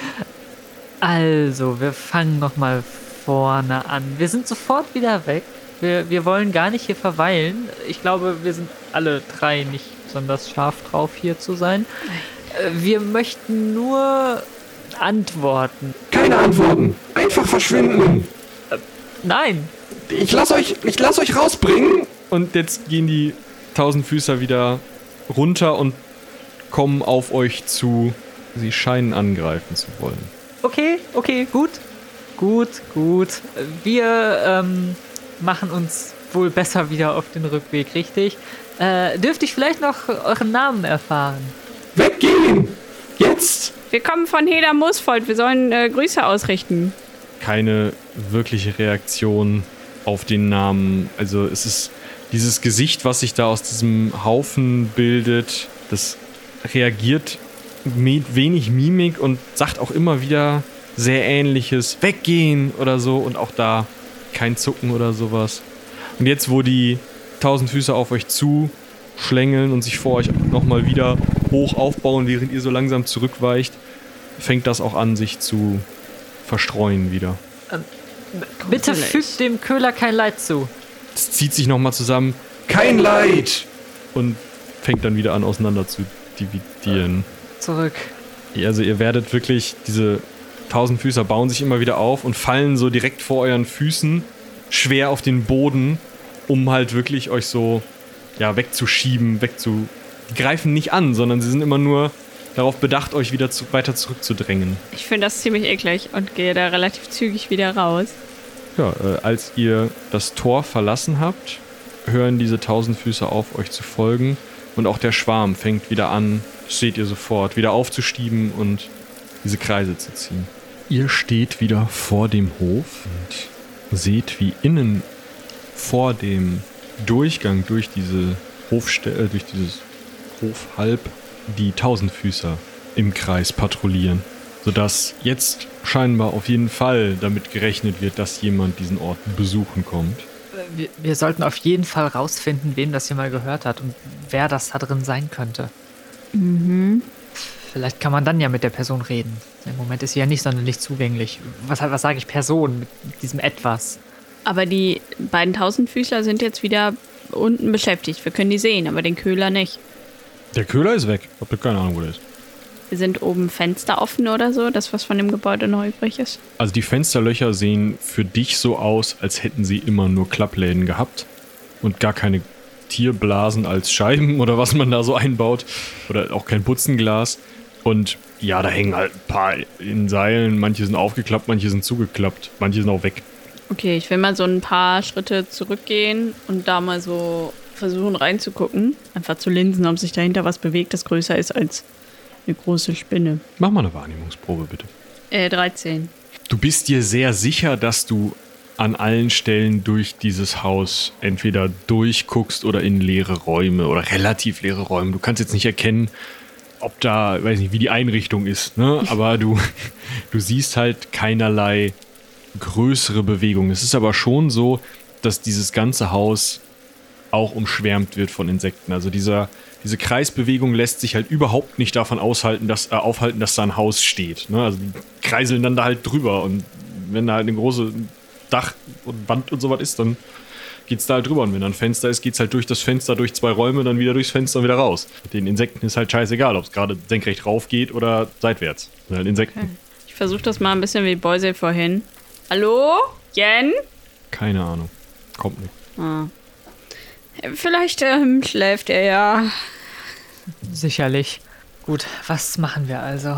C: Also, wir fangen nochmal vorne an. Wir sind sofort wieder weg. Wir wollen gar nicht hier verweilen. Ich glaube, wir sind alle drei nicht besonders scharf drauf, hier zu sein. Wir möchten nur antworten.
A: Keine Antworten. Einfach verschwinden.
C: Nein.
A: Ich lass euch rausbringen. Und jetzt gehen die Tausendfüßer wieder runter und kommen auf euch zu. Sie scheinen angreifen zu wollen.
C: Okay, gut. Wir machen uns wohl besser wieder auf den Rückweg, richtig? Dürfte ich vielleicht noch euren Namen erfahren?
A: Weggehen! Jetzt!
B: Wir kommen von Heder Moosfold. Wir sollen Grüße ausrichten.
A: Keine wirkliche Reaktion auf den Namen. Also es ist dieses Gesicht, was sich da aus diesem Haufen bildet, Das reagiert mit wenig Mimik und sagt auch immer wieder sehr Ähnliches. Weggehen oder so. Und auch da kein Zucken oder sowas. Und jetzt, wo die Tausendfüßer auf euch zuschlängeln und sich vor euch nochmal wieder hoch aufbauen, während ihr so langsam zurückweicht, fängt das auch an, sich zu verstreuen wieder.
C: Bitte fügt dem Köhler kein Leid zu.
A: Es zieht sich nochmal zusammen. Kein Leid! Und fängt dann wieder an, auseinander zu dividieren.
C: Zurück.
A: Also ihr werdet wirklich, diese Tausendfüßer bauen sich immer wieder auf und fallen so direkt vor euren Füßen schwer auf den Boden, um halt wirklich euch so wegzuschieben, Die greifen nicht an, sondern sie sind immer nur darauf bedacht, euch wieder weiter zurückzudrängen.
B: Ich finde das ziemlich eklig und gehe da relativ zügig wieder raus.
A: Ja, als ihr das Tor verlassen habt, hören diese Tausendfüßer auf, euch zu folgen. Und auch der Schwarm fängt wieder an, das seht ihr sofort, wieder aufzustieben und diese Kreise zu ziehen. Ihr steht wieder vor dem Hof und seht, wie innen vor dem Durchgang durch dieses Hofhalb die Tausendfüßer im Kreis patrouillieren, sodass jetzt scheinbar auf jeden Fall damit gerechnet wird, dass jemand diesen Ort besuchen kommt.
C: Wir sollten auf jeden Fall rausfinden, wem das hier mal gehört hat und wer das da drin sein könnte.
B: Mhm.
C: Vielleicht kann man dann ja mit der Person reden. Im Moment ist sie ja nicht sonderlich zugänglich. Was sage ich Person mit diesem Etwas?
B: Aber die beiden Tausendfüßler sind jetzt wieder unten beschäftigt. Wir können die sehen, aber den Köhler nicht.
A: Der Köhler ist weg. Habt ihr keine Ahnung, wo der ist?
B: Sind oben Fenster offen oder so? Das, was von dem Gebäude noch übrig ist?
A: Also die Fensterlöcher sehen für dich so aus, als hätten sie immer nur Klappläden gehabt und gar keine Tierblasen als Scheiben oder was man da so einbaut. Oder auch kein Putzenglas. Und ja, da hängen halt ein paar in Seilen. Manche sind aufgeklappt, manche sind zugeklappt. Manche sind auch weg.
B: Okay, ich will mal so ein paar Schritte zurückgehen und da mal so versuchen reinzugucken. Einfach zu linsen, ob sich dahinter was bewegt, das größer ist als eine große Spinne.
A: Mach mal eine Wahrnehmungsprobe, bitte.
B: 13.
A: Du bist dir sehr sicher, dass du an allen Stellen durch dieses Haus entweder durchguckst oder in leere Räume oder relativ leere Räume. Du kannst jetzt nicht erkennen, ob da, weiß nicht, wie die Einrichtung ist, ne? Aber du siehst halt keinerlei größere Bewegung. Es ist aber schon so, dass dieses ganze Haus auch umschwärmt wird von Insekten. Also diese Kreisbewegung lässt sich halt überhaupt nicht davon aufhalten, dass da ein Haus steht. Ne? Also die kreiseln dann da halt drüber und wenn da halt eine große Dach und Wand und sowas ist, dann geht's da halt drüber. Und wenn da ein Fenster ist, geht's halt durch das Fenster, durch 2 Räume, dann wieder durchs Fenster und wieder raus. Den Insekten ist halt scheißegal, ob es gerade senkrecht rauf geht oder seitwärts. Das sind halt Insekten.
B: Okay. Ich versuche das mal ein bisschen wie Boise vorhin. Hallo? Jen?
A: Keine Ahnung. Kommt nicht.
B: Ah. Vielleicht schläft er ja.
C: Sicherlich. Gut, was machen wir also?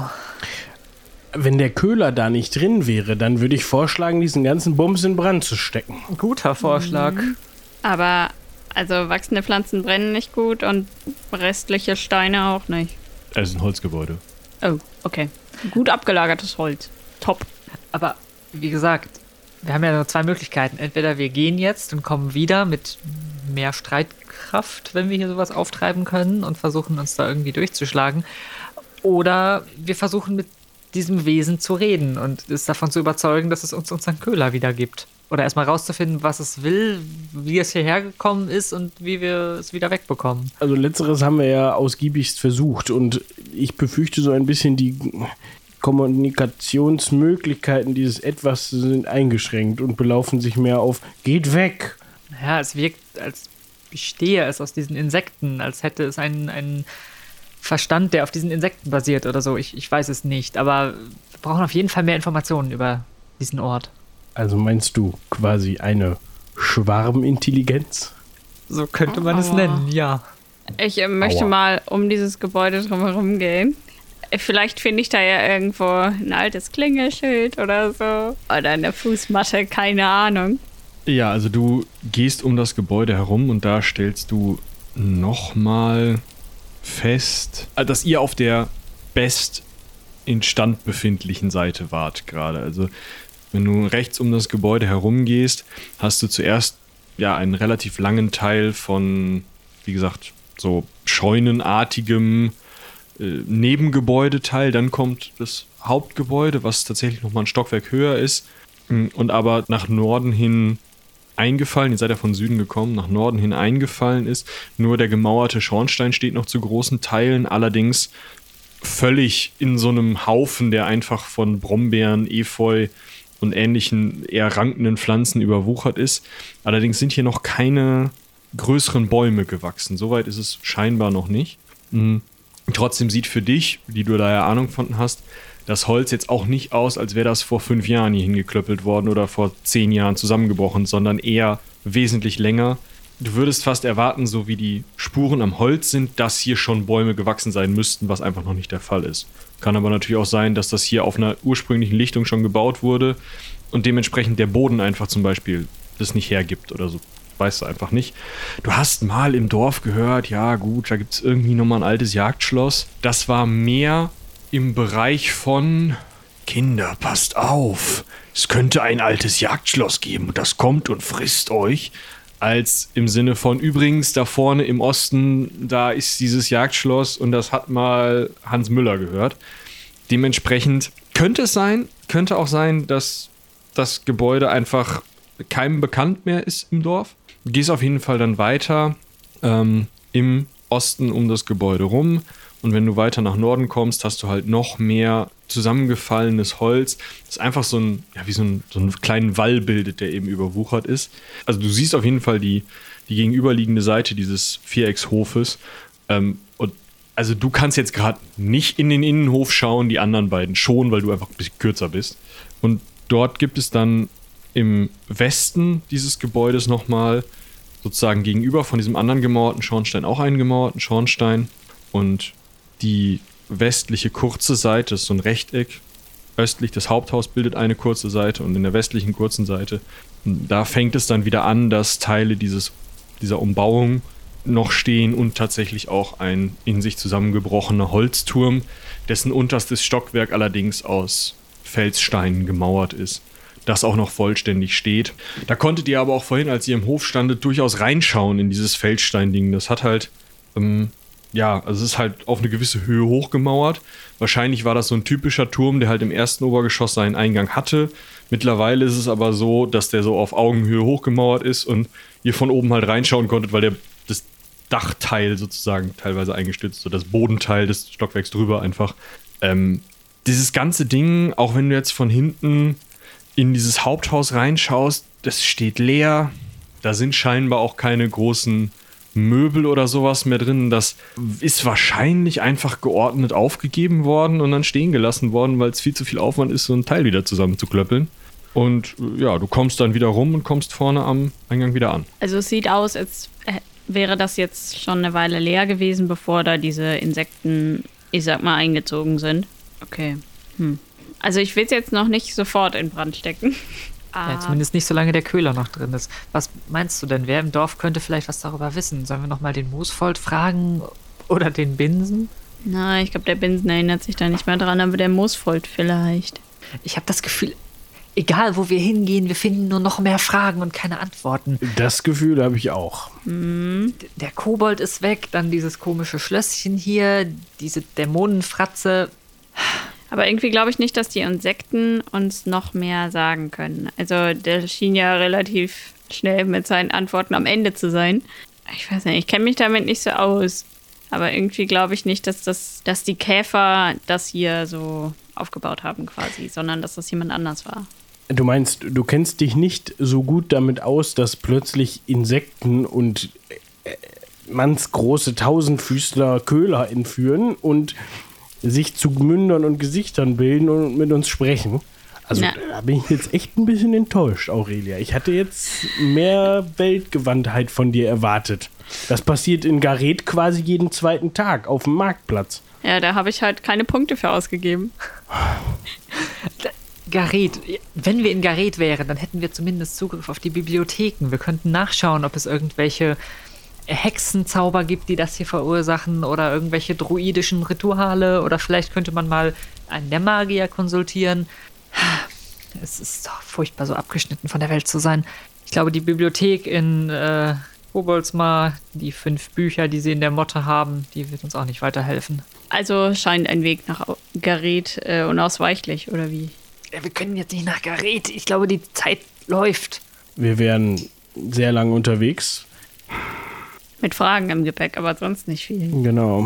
D: Wenn der Köhler da nicht drin wäre, dann würde ich vorschlagen, diesen ganzen Bums in Brand zu stecken.
C: Guter Vorschlag.
B: Aber, also wachsende Pflanzen brennen nicht gut und restliche Steine auch nicht.
A: Es ist ein Holzgebäude.
B: Oh, okay. Gut abgelagertes Holz. Top.
C: Aber, wie gesagt, wir haben ja nur 2 Möglichkeiten. Entweder wir gehen jetzt und kommen wieder mit mehr Streitkraft, wenn wir hier sowas auftreiben können und versuchen uns da irgendwie durchzuschlagen. Oder wir versuchen mit diesem Wesen zu reden und es davon zu überzeugen, dass es uns unseren Köhler wieder gibt. Oder erstmal rauszufinden, was es will, wie es hierher gekommen ist und wie wir es wieder wegbekommen.
D: Also letzteres haben wir ja ausgiebigst versucht und ich befürchte so ein bisschen, die Kommunikationsmöglichkeiten dieses Etwas sind eingeschränkt und belaufen sich mehr auf geht weg.
C: Ja, es wirkt, als bestehe es aus diesen Insekten, als hätte es einen Verstand, der auf diesen Insekten basiert oder so. Ich weiß es nicht, aber wir brauchen auf jeden Fall mehr Informationen über diesen Ort.
D: Also meinst du quasi eine Schwarmintelligenz?
C: So könnte man es nennen, ja.
B: Ich möchte mal um dieses Gebäude drumherum gehen. Vielleicht finde ich da ja irgendwo ein altes Klingelschild oder so. Oder eine Fußmatte, keine Ahnung.
A: Ja, also du gehst um das Gebäude herum und da stellst du nochmal fest, dass ihr auf der best instand befindlichen Seite wart gerade. Also wenn du rechts um das Gebäude herumgehst, hast du zuerst ja einen relativ langen Teil von, wie gesagt, so scheunenartigem Nebengebäudeteil. Dann kommt das Hauptgebäude, was tatsächlich nochmal ein Stockwerk höher ist und aber nach Norden hin eingefallen, ihr seid ja von Süden gekommen, nach Norden hin eingefallen ist. Nur der gemauerte Schornstein steht noch zu großen Teilen, allerdings völlig in so einem Haufen, der einfach von Brombeeren, Efeu und ähnlichen eher rankenden Pflanzen überwuchert ist. Allerdings sind hier noch keine größeren Bäume gewachsen. Soweit ist es scheinbar noch nicht. Trotzdem sieht für dich, die du da ja Ahnung von hast, das Holz jetzt auch nicht aus, als wäre das vor 5 Jahren hier hingeklöppelt worden oder vor 10 Jahren zusammengebrochen, sondern eher wesentlich länger. Du würdest fast erwarten, so wie die Spuren am Holz sind, dass hier schon Bäume gewachsen sein müssten, was einfach noch nicht der Fall ist. Kann aber natürlich auch sein, dass das hier auf einer ursprünglichen Lichtung schon gebaut wurde und dementsprechend der Boden einfach zum Beispiel das nicht hergibt oder so. Weißt du einfach nicht. Du hast mal im Dorf gehört, ja gut, da gibt es irgendwie nochmal ein altes Jagdschloss. Das war mehr im Bereich von Kinder, passt auf, es könnte ein altes Jagdschloss geben und das kommt und frisst euch, als im Sinne von übrigens da vorne im Osten, da ist dieses Jagdschloss und das hat mal Hans Müller gehört. Dementsprechend könnte auch sein, dass das Gebäude einfach keinem bekannt mehr ist im Dorf. Du gehst auf jeden Fall dann weiter im Osten um das Gebäude rum. Und wenn du weiter nach Norden kommst, hast du halt noch mehr zusammengefallenes Holz, das einfach wie so einen kleinen Wall bildet, der eben überwuchert ist. Also du siehst auf jeden Fall die gegenüberliegende Seite dieses Viereckshofes. Und also du kannst jetzt gerade nicht in den Innenhof schauen, die anderen beiden schon, weil du einfach ein bisschen kürzer bist. Und dort gibt es dann im Westen dieses Gebäudes nochmal sozusagen gegenüber von diesem anderen gemauerten Schornstein auch einen gemauerten Schornstein. Und die westliche kurze Seite ist so ein Rechteck. Östlich das Haupthaus bildet eine kurze Seite und in der westlichen kurzen Seite, da fängt es dann wieder an, dass Teile dieser Umbauung noch stehen und tatsächlich auch ein in sich zusammengebrochener Holzturm, dessen unterstes Stockwerk allerdings aus Felssteinen gemauert ist, das auch noch vollständig steht. Da konntet ihr aber auch vorhin, als ihr im Hof standet, durchaus reinschauen in dieses Feldsteinding. Das hat halt also es ist halt auf eine gewisse Höhe hochgemauert. Wahrscheinlich war das so ein typischer Turm, der halt im ersten Obergeschoss seinen Eingang hatte. Mittlerweile ist es aber so, dass der so auf Augenhöhe hochgemauert ist und ihr von oben halt reinschauen konntet, weil das Dachteil sozusagen teilweise eingestützt, so das Bodenteil des Stockwerks drüber einfach. Dieses ganze Ding, auch wenn du jetzt von hinten in dieses Haupthaus reinschaust, das steht leer. Da sind scheinbar auch keine großen Möbel oder sowas mehr drin. Das ist wahrscheinlich einfach geordnet aufgegeben worden und dann stehen gelassen worden, weil es viel zu viel Aufwand ist, so ein Teil wieder zusammenzuklöppeln. Und ja, du kommst dann wieder rum und kommst vorne am Eingang wieder an.
B: Also es sieht aus, als wäre das jetzt schon eine Weile leer gewesen, bevor da diese Insekten, ich sag mal, eingezogen sind. Okay. Also ich will es jetzt noch nicht sofort in Brand stecken.
C: Ja, zumindest nicht, solange der Köhler noch drin ist. Was meinst du denn? Wer im Dorf könnte vielleicht was darüber wissen? Sollen wir nochmal den Moosfold fragen oder den Binsen?
B: Na, ich glaube, der Binsen erinnert sich da nicht mehr dran, aber der Moosfold vielleicht.
C: Ich habe das Gefühl, egal wo wir hingehen, wir finden nur noch mehr Fragen und keine Antworten.
D: Das Gefühl habe ich auch.
C: Der Kobold ist weg, dann dieses komische Schlösschen hier, diese Dämonenfratze.
B: Aber irgendwie glaube ich nicht, dass die Insekten uns noch mehr sagen können. Also der schien ja relativ schnell mit seinen Antworten am Ende zu sein. Ich weiß nicht, ich kenne mich damit nicht so aus. Aber irgendwie glaube ich nicht, dass die Käfer das hier so aufgebaut haben quasi, sondern dass das jemand anders war.
D: Du meinst, du kennst dich nicht so gut damit aus, dass plötzlich Insekten und mannsgroße Tausendfüßler Köhler entführen und sich zu Mündern und Gesichtern bilden und mit uns sprechen. Also da bin ich jetzt echt ein bisschen enttäuscht, Aurelia. Ich hatte jetzt mehr Weltgewandtheit von dir erwartet. Das passiert in Gareth quasi jeden zweiten Tag auf dem Marktplatz.
B: Ja, da habe ich halt keine Punkte für ausgegeben.
C: Gareth, wenn wir in Gareth wären, dann hätten wir zumindest Zugriff auf die Bibliotheken. Wir könnten nachschauen, ob es irgendwelche Hexenzauber gibt, die das hier verursachen oder irgendwelche druidischen Rituale oder vielleicht könnte man mal einen der Magier konsultieren. Es ist doch furchtbar, so abgeschnitten von der Welt zu sein. Ich glaube, die Bibliothek in Kobolds mal. Die 5 Bücher, die sie in der Motte haben, die wird uns auch nicht weiterhelfen.
B: Also scheint ein Weg nach Gareth unausweichlich, oder wie?
C: Ja, wir können jetzt nicht nach Gareth. Ich glaube, die Zeit läuft.
D: Wir wären sehr lange unterwegs.
B: Mit Fragen im Gepäck, aber sonst nicht viel.
D: Genau.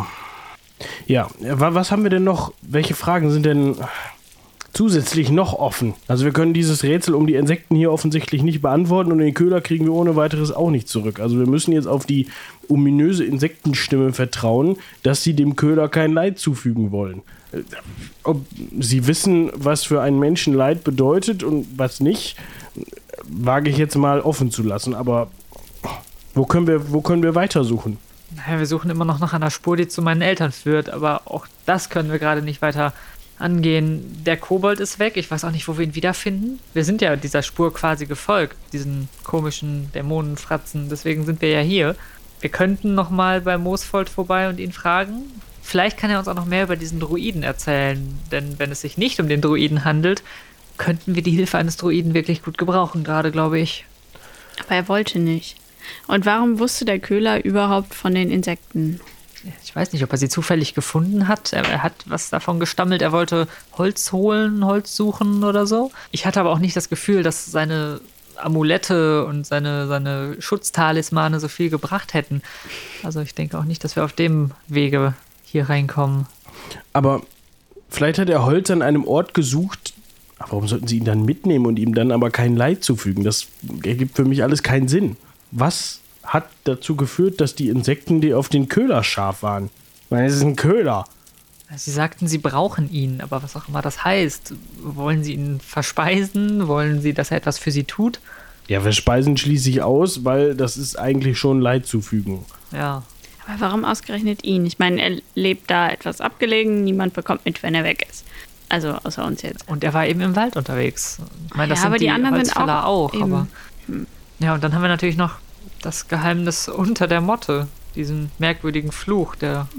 D: Ja, was haben wir denn noch? Welche Fragen sind denn zusätzlich noch offen? Also wir können dieses Rätsel um die Insekten hier offensichtlich nicht beantworten und den Köhler kriegen wir ohne weiteres auch nicht zurück. Also wir müssen jetzt auf die ominöse Insektenstimme vertrauen, dass sie dem Köhler kein Leid zufügen wollen. Ob sie wissen, was für einen Menschen Leid bedeutet und was nicht, wage ich jetzt mal offen zu lassen. Aber wo können wir weitersuchen?
C: Naja, wir suchen immer noch nach einer Spur, die zu meinen Eltern führt, aber auch das können wir gerade nicht weiter angehen. Der Kobold ist weg, ich weiß auch nicht, wo wir ihn wiederfinden. Wir sind ja dieser Spur quasi gefolgt, diesen komischen Dämonenfratzen, deswegen sind wir ja hier. Wir könnten nochmal bei Moosfold vorbei und ihn fragen. Vielleicht kann er uns auch noch mehr über diesen Druiden erzählen, denn wenn es sich nicht um den Druiden handelt, könnten wir die Hilfe eines Druiden wirklich gut gebrauchen, gerade, glaube ich.
B: Aber er wollte nicht. Und warum wusste der Köhler überhaupt von den Insekten?
C: Ich weiß nicht, ob er sie zufällig gefunden hat. Er hat was davon gestammelt. Er wollte Holz holen, Holz suchen oder so. Ich hatte aber auch nicht das Gefühl, dass seine Amulette und seine Schutztalismane so viel gebracht hätten. Also ich denke auch nicht, dass wir auf dem Wege hier reinkommen.
D: Aber vielleicht hat er Holz an einem Ort gesucht. Aber warum sollten sie ihn dann mitnehmen und ihm dann aber kein Leid zufügen? Das ergibt für mich alles keinen Sinn. Was hat dazu geführt, dass die Insekten, die auf den Köhler scharf waren? Ich meine, es ist ein Köhler.
C: Sie sagten, sie brauchen ihn, aber was auch immer das heißt. Wollen sie ihn verspeisen? Wollen sie, dass er etwas für sie tut?
D: Ja, verspeisen schließe ich aus, weil das ist eigentlich schon Leid zufügen.
C: Ja.
B: Aber warum ausgerechnet ihn? Ich meine, er lebt da etwas abgelegen, niemand bekommt mit, wenn er weg ist. Also außer uns jetzt.
C: Und er war eben im Wald unterwegs. Ich meine, das
B: Ja,
C: sind
B: aber die anderen sind
C: Holzfäller auch.
B: eben.
C: Aber ja, und dann haben wir natürlich noch das Geheimnis unter der Motte. Diesen merkwürdigen Fluch, der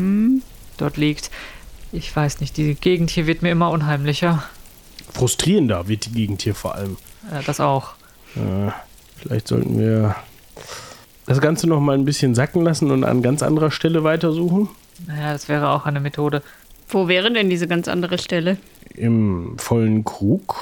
C: dort liegt. Ich weiß nicht, die Gegend hier wird mir immer unheimlicher.
D: Frustrierender wird die Gegend hier vor allem.
C: Das auch.
D: Vielleicht sollten wir das Ganze noch mal ein bisschen sacken lassen und an ganz anderer Stelle weitersuchen.
C: Naja, das wäre auch eine Methode.
B: Wo wäre denn diese ganz andere Stelle?
D: Im vollen Krug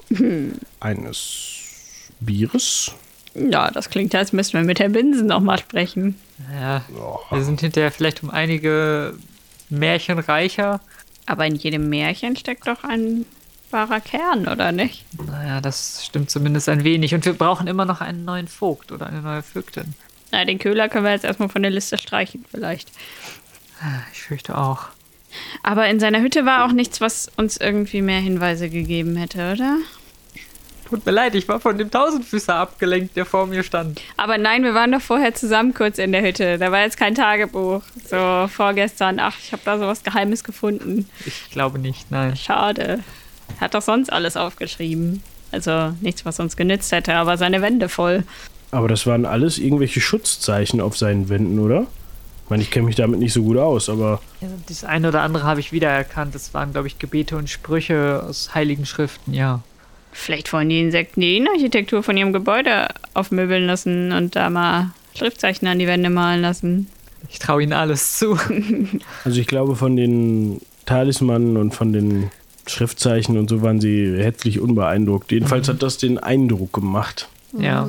D: eines Bieres.
B: Ja, das klingt, als müssten wir mit Herrn Binsen noch mal sprechen.
C: Ja, wir sind hinterher vielleicht um einige Märchen reicher.
B: Aber in jedem Märchen steckt doch ein wahrer Kern, oder nicht?
C: Naja, das stimmt zumindest ein wenig. Und wir brauchen immer noch einen neuen Vogt oder eine neue Vögtin.
B: Na, den Köhler können wir jetzt erstmal von der Liste streichen, vielleicht.
C: Ich fürchte auch.
B: Aber in seiner Hütte war auch nichts, was uns irgendwie mehr Hinweise gegeben hätte, oder?
C: Tut mir leid, ich war von dem Tausendfüßer abgelenkt, der vor mir stand.
B: Aber nein, wir waren doch vorher zusammen kurz in der Hütte. Da war jetzt kein Tagebuch. So vorgestern. Ach, ich habe da sowas Geheimes gefunden.
C: Ich glaube nicht, nein.
B: Schade. Er hat doch sonst alles aufgeschrieben. Also nichts, was uns genützt hätte, aber seine Wände voll.
D: Aber das waren alles irgendwelche Schutzzeichen auf seinen Wänden, oder? Ich meine, ich kenne mich damit nicht so gut aus, aber...
C: Ja, das eine oder andere habe ich wiedererkannt. Das waren, glaube ich, Gebete und Sprüche aus heiligen Schriften, ja.
B: Vielleicht wollen die Insekten die Innenarchitektur von ihrem Gebäude aufmöbeln lassen und da mal Schriftzeichen an die Wände malen lassen.
C: Ich traue ihnen alles zu.
D: Also ich glaube, von den Talismanen und von den Schriftzeichen und so waren sie herzlich unbeeindruckt. Jedenfalls hat das den Eindruck gemacht.
C: Ja.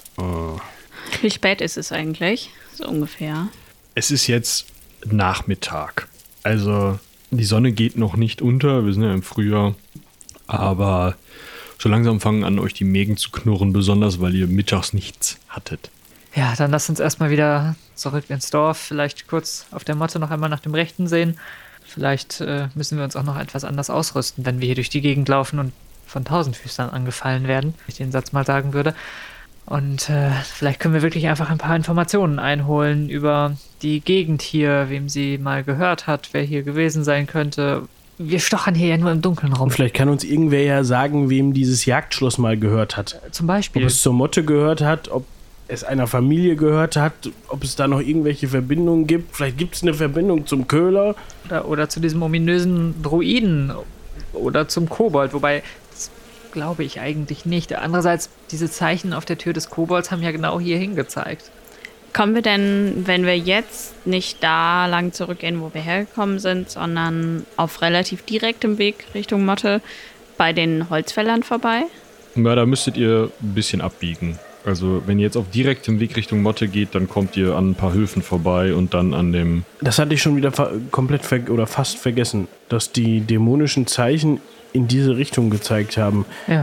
B: Wie spät ist es eigentlich? So ungefähr.
A: Es ist jetzt Nachmittag. Also die Sonne geht noch nicht unter. Wir sind ja im Frühjahr. Aber so langsam fangen an, euch die Mägen zu knurren, besonders weil ihr mittags nichts hattet.
C: Ja, dann lasst uns erstmal wieder zurück ins Dorf. Vielleicht kurz auf der Motte noch einmal nach dem Rechten sehen. Vielleicht müssen wir uns auch noch etwas anders ausrüsten, wenn wir hier durch die Gegend laufen und von Tausendfüßern angefallen werden, wenn ich den Satz mal sagen würde. Und vielleicht können wir wirklich einfach ein paar Informationen einholen über die Gegend hier, wem sie mal gehört hat, wer hier gewesen sein könnte. Wir stochern hier ja nur im Dunkeln rum.
D: Und vielleicht kann uns irgendwer ja sagen, wem dieses Jagdschloss mal gehört hat.
C: Zum Beispiel.
D: Ob es zur Motte gehört hat, ob es einer Familie gehört hat, ob es da noch irgendwelche Verbindungen gibt. Vielleicht gibt es eine Verbindung zum Köhler.
C: Oder zu diesem ominösen Druiden oder zum Kobold, wobei, das glaube ich eigentlich nicht. Andererseits, diese Zeichen auf der Tür des Kobolds haben ja genau hier hingezeigt.
B: Kommen wir denn, wenn wir jetzt nicht da lang zurückgehen, wo wir hergekommen sind, sondern auf relativ direktem Weg Richtung Motte bei den Holzfällern vorbei?
A: Ja, da müsstet ihr ein bisschen abbiegen. Also wenn ihr jetzt auf direktem Weg Richtung Motte geht, dann kommt ihr an ein paar Höfen vorbei und dann an dem...
D: Das hatte ich schon wieder komplett oder fast vergessen, dass die dämonischen Zeichen in diese Richtung gezeigt haben.
C: Ja.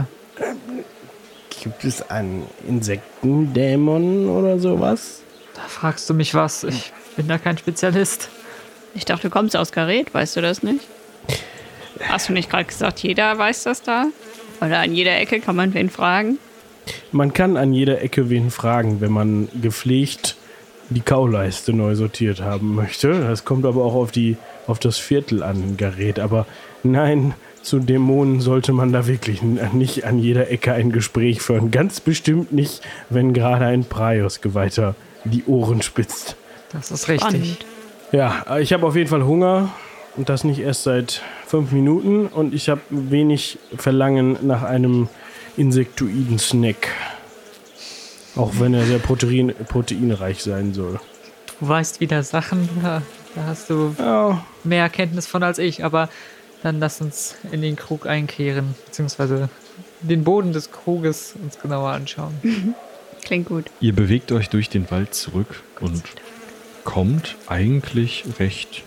D: Gibt es einen Insektendämon oder sowas?
C: Da fragst du mich was. Ich bin da kein Spezialist.
B: Ich dachte, du kommst aus Gareth, weißt du das nicht? Hast du nicht gerade gesagt, jeder weiß das da? Oder an jeder Ecke kann man wen fragen?
D: Man kann an jeder Ecke wen fragen, wenn man gepflegt die Kauleiste neu sortiert haben möchte. Das kommt aber auch auf das Viertel an in Gareth. Aber nein, zu Dämonen sollte man da wirklich nicht an jeder Ecke ein Gespräch führen. Ganz bestimmt nicht, wenn gerade ein Praios-Geweihter die Ohren spitzt.
C: Das ist richtig.
B: Spannend.
D: Ja, ich habe auf jeden Fall Hunger und das nicht erst seit 5 Minuten und ich habe wenig Verlangen nach einem insektoiden Snack. Auch wenn er sehr proteinreich sein soll.
C: Du weißt wieder Sachen, da hast du mehr Kenntnis von als ich, aber dann lass uns in den Krug einkehren, beziehungsweise den Boden des Kruges uns genauer anschauen.
B: Klingt gut.
A: Ihr bewegt euch durch den Wald zurück und kommt eigentlich recht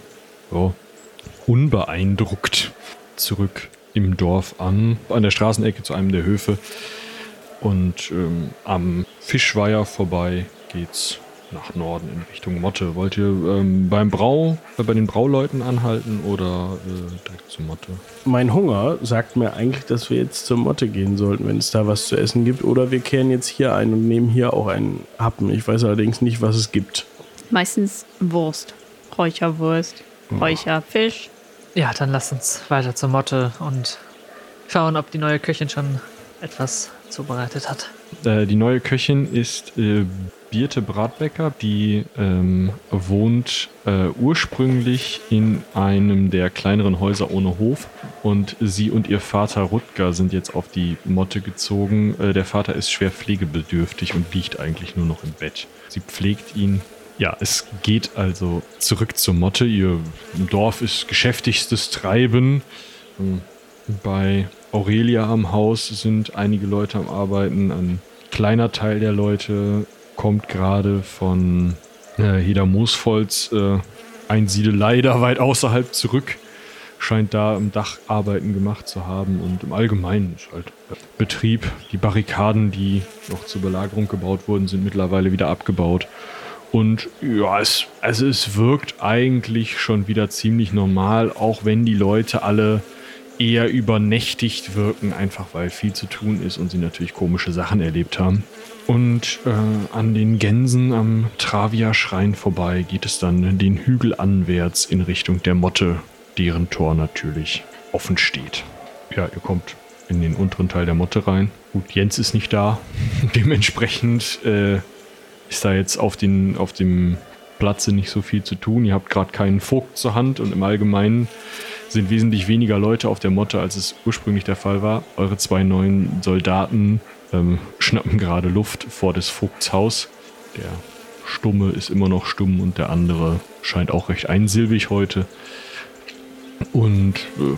A: unbeeindruckt zurück im Dorf an der Straßenecke zu einem der Höfe. Und am Fischweiher vorbei geht's nach Norden in Richtung Motte. Wollt ihr bei den Brauleuten anhalten oder direkt zur Motte?
D: Mein Hunger sagt mir eigentlich, dass wir jetzt zur Motte gehen sollten, wenn es da was zu essen gibt. Oder wir kehren jetzt hier ein und nehmen hier auch einen Happen. Ich weiß allerdings nicht, was es gibt.
B: Meistens Wurst. Räucherwurst, Räucherfisch.
C: Ja, dann lass uns weiter zur Motte und schauen, ob die neue Köchin schon etwas zubereitet hat.
A: Die neue Köchin ist Birte Bratbecker, die wohnt ursprünglich in einem der kleineren Häuser ohne Hof und sie und ihr Vater Rutger sind jetzt auf die Motte gezogen. Der Vater ist schwer pflegebedürftig und liegt eigentlich nur noch im Bett. Sie pflegt ihn. Ja, es geht also zurück zur Motte. Ihr Dorf ist geschäftigstes Treiben. Bei Aurelia am Haus sind einige Leute am Arbeiten. Ein kleiner Teil der Leute kommt gerade von Heder Moosvolz Einsiedelei da weit außerhalb zurück. Scheint da im Dach Arbeiten gemacht zu haben. Und im Allgemeinen ist halt Betrieb. Die Barrikaden, die noch zur Belagerung gebaut wurden, sind mittlerweile wieder abgebaut. Und ja, es wirkt eigentlich schon wieder ziemlich normal, auch wenn die Leute alle eher übernächtigt wirken, einfach weil viel zu tun ist und sie natürlich komische Sachen erlebt haben. Und an den Gänsen am Travia-Schrein vorbei geht es dann den Hügel anwärts in Richtung der Motte, deren Tor natürlich offen steht. Ja, ihr kommt in den unteren Teil der Motte rein. Gut, Jens ist nicht da. Dementsprechend ist da jetzt auf dem Platze nicht so viel zu tun. Ihr habt gerade keinen Vogt zur Hand und im Allgemeinen sind wesentlich weniger Leute auf der Motte, als es ursprünglich der Fall war. Eure 2 neuen Soldaten schnappen gerade Luft vor des Vogts Haus. Der Stumme ist immer noch stumm und der andere scheint auch recht einsilbig heute. Und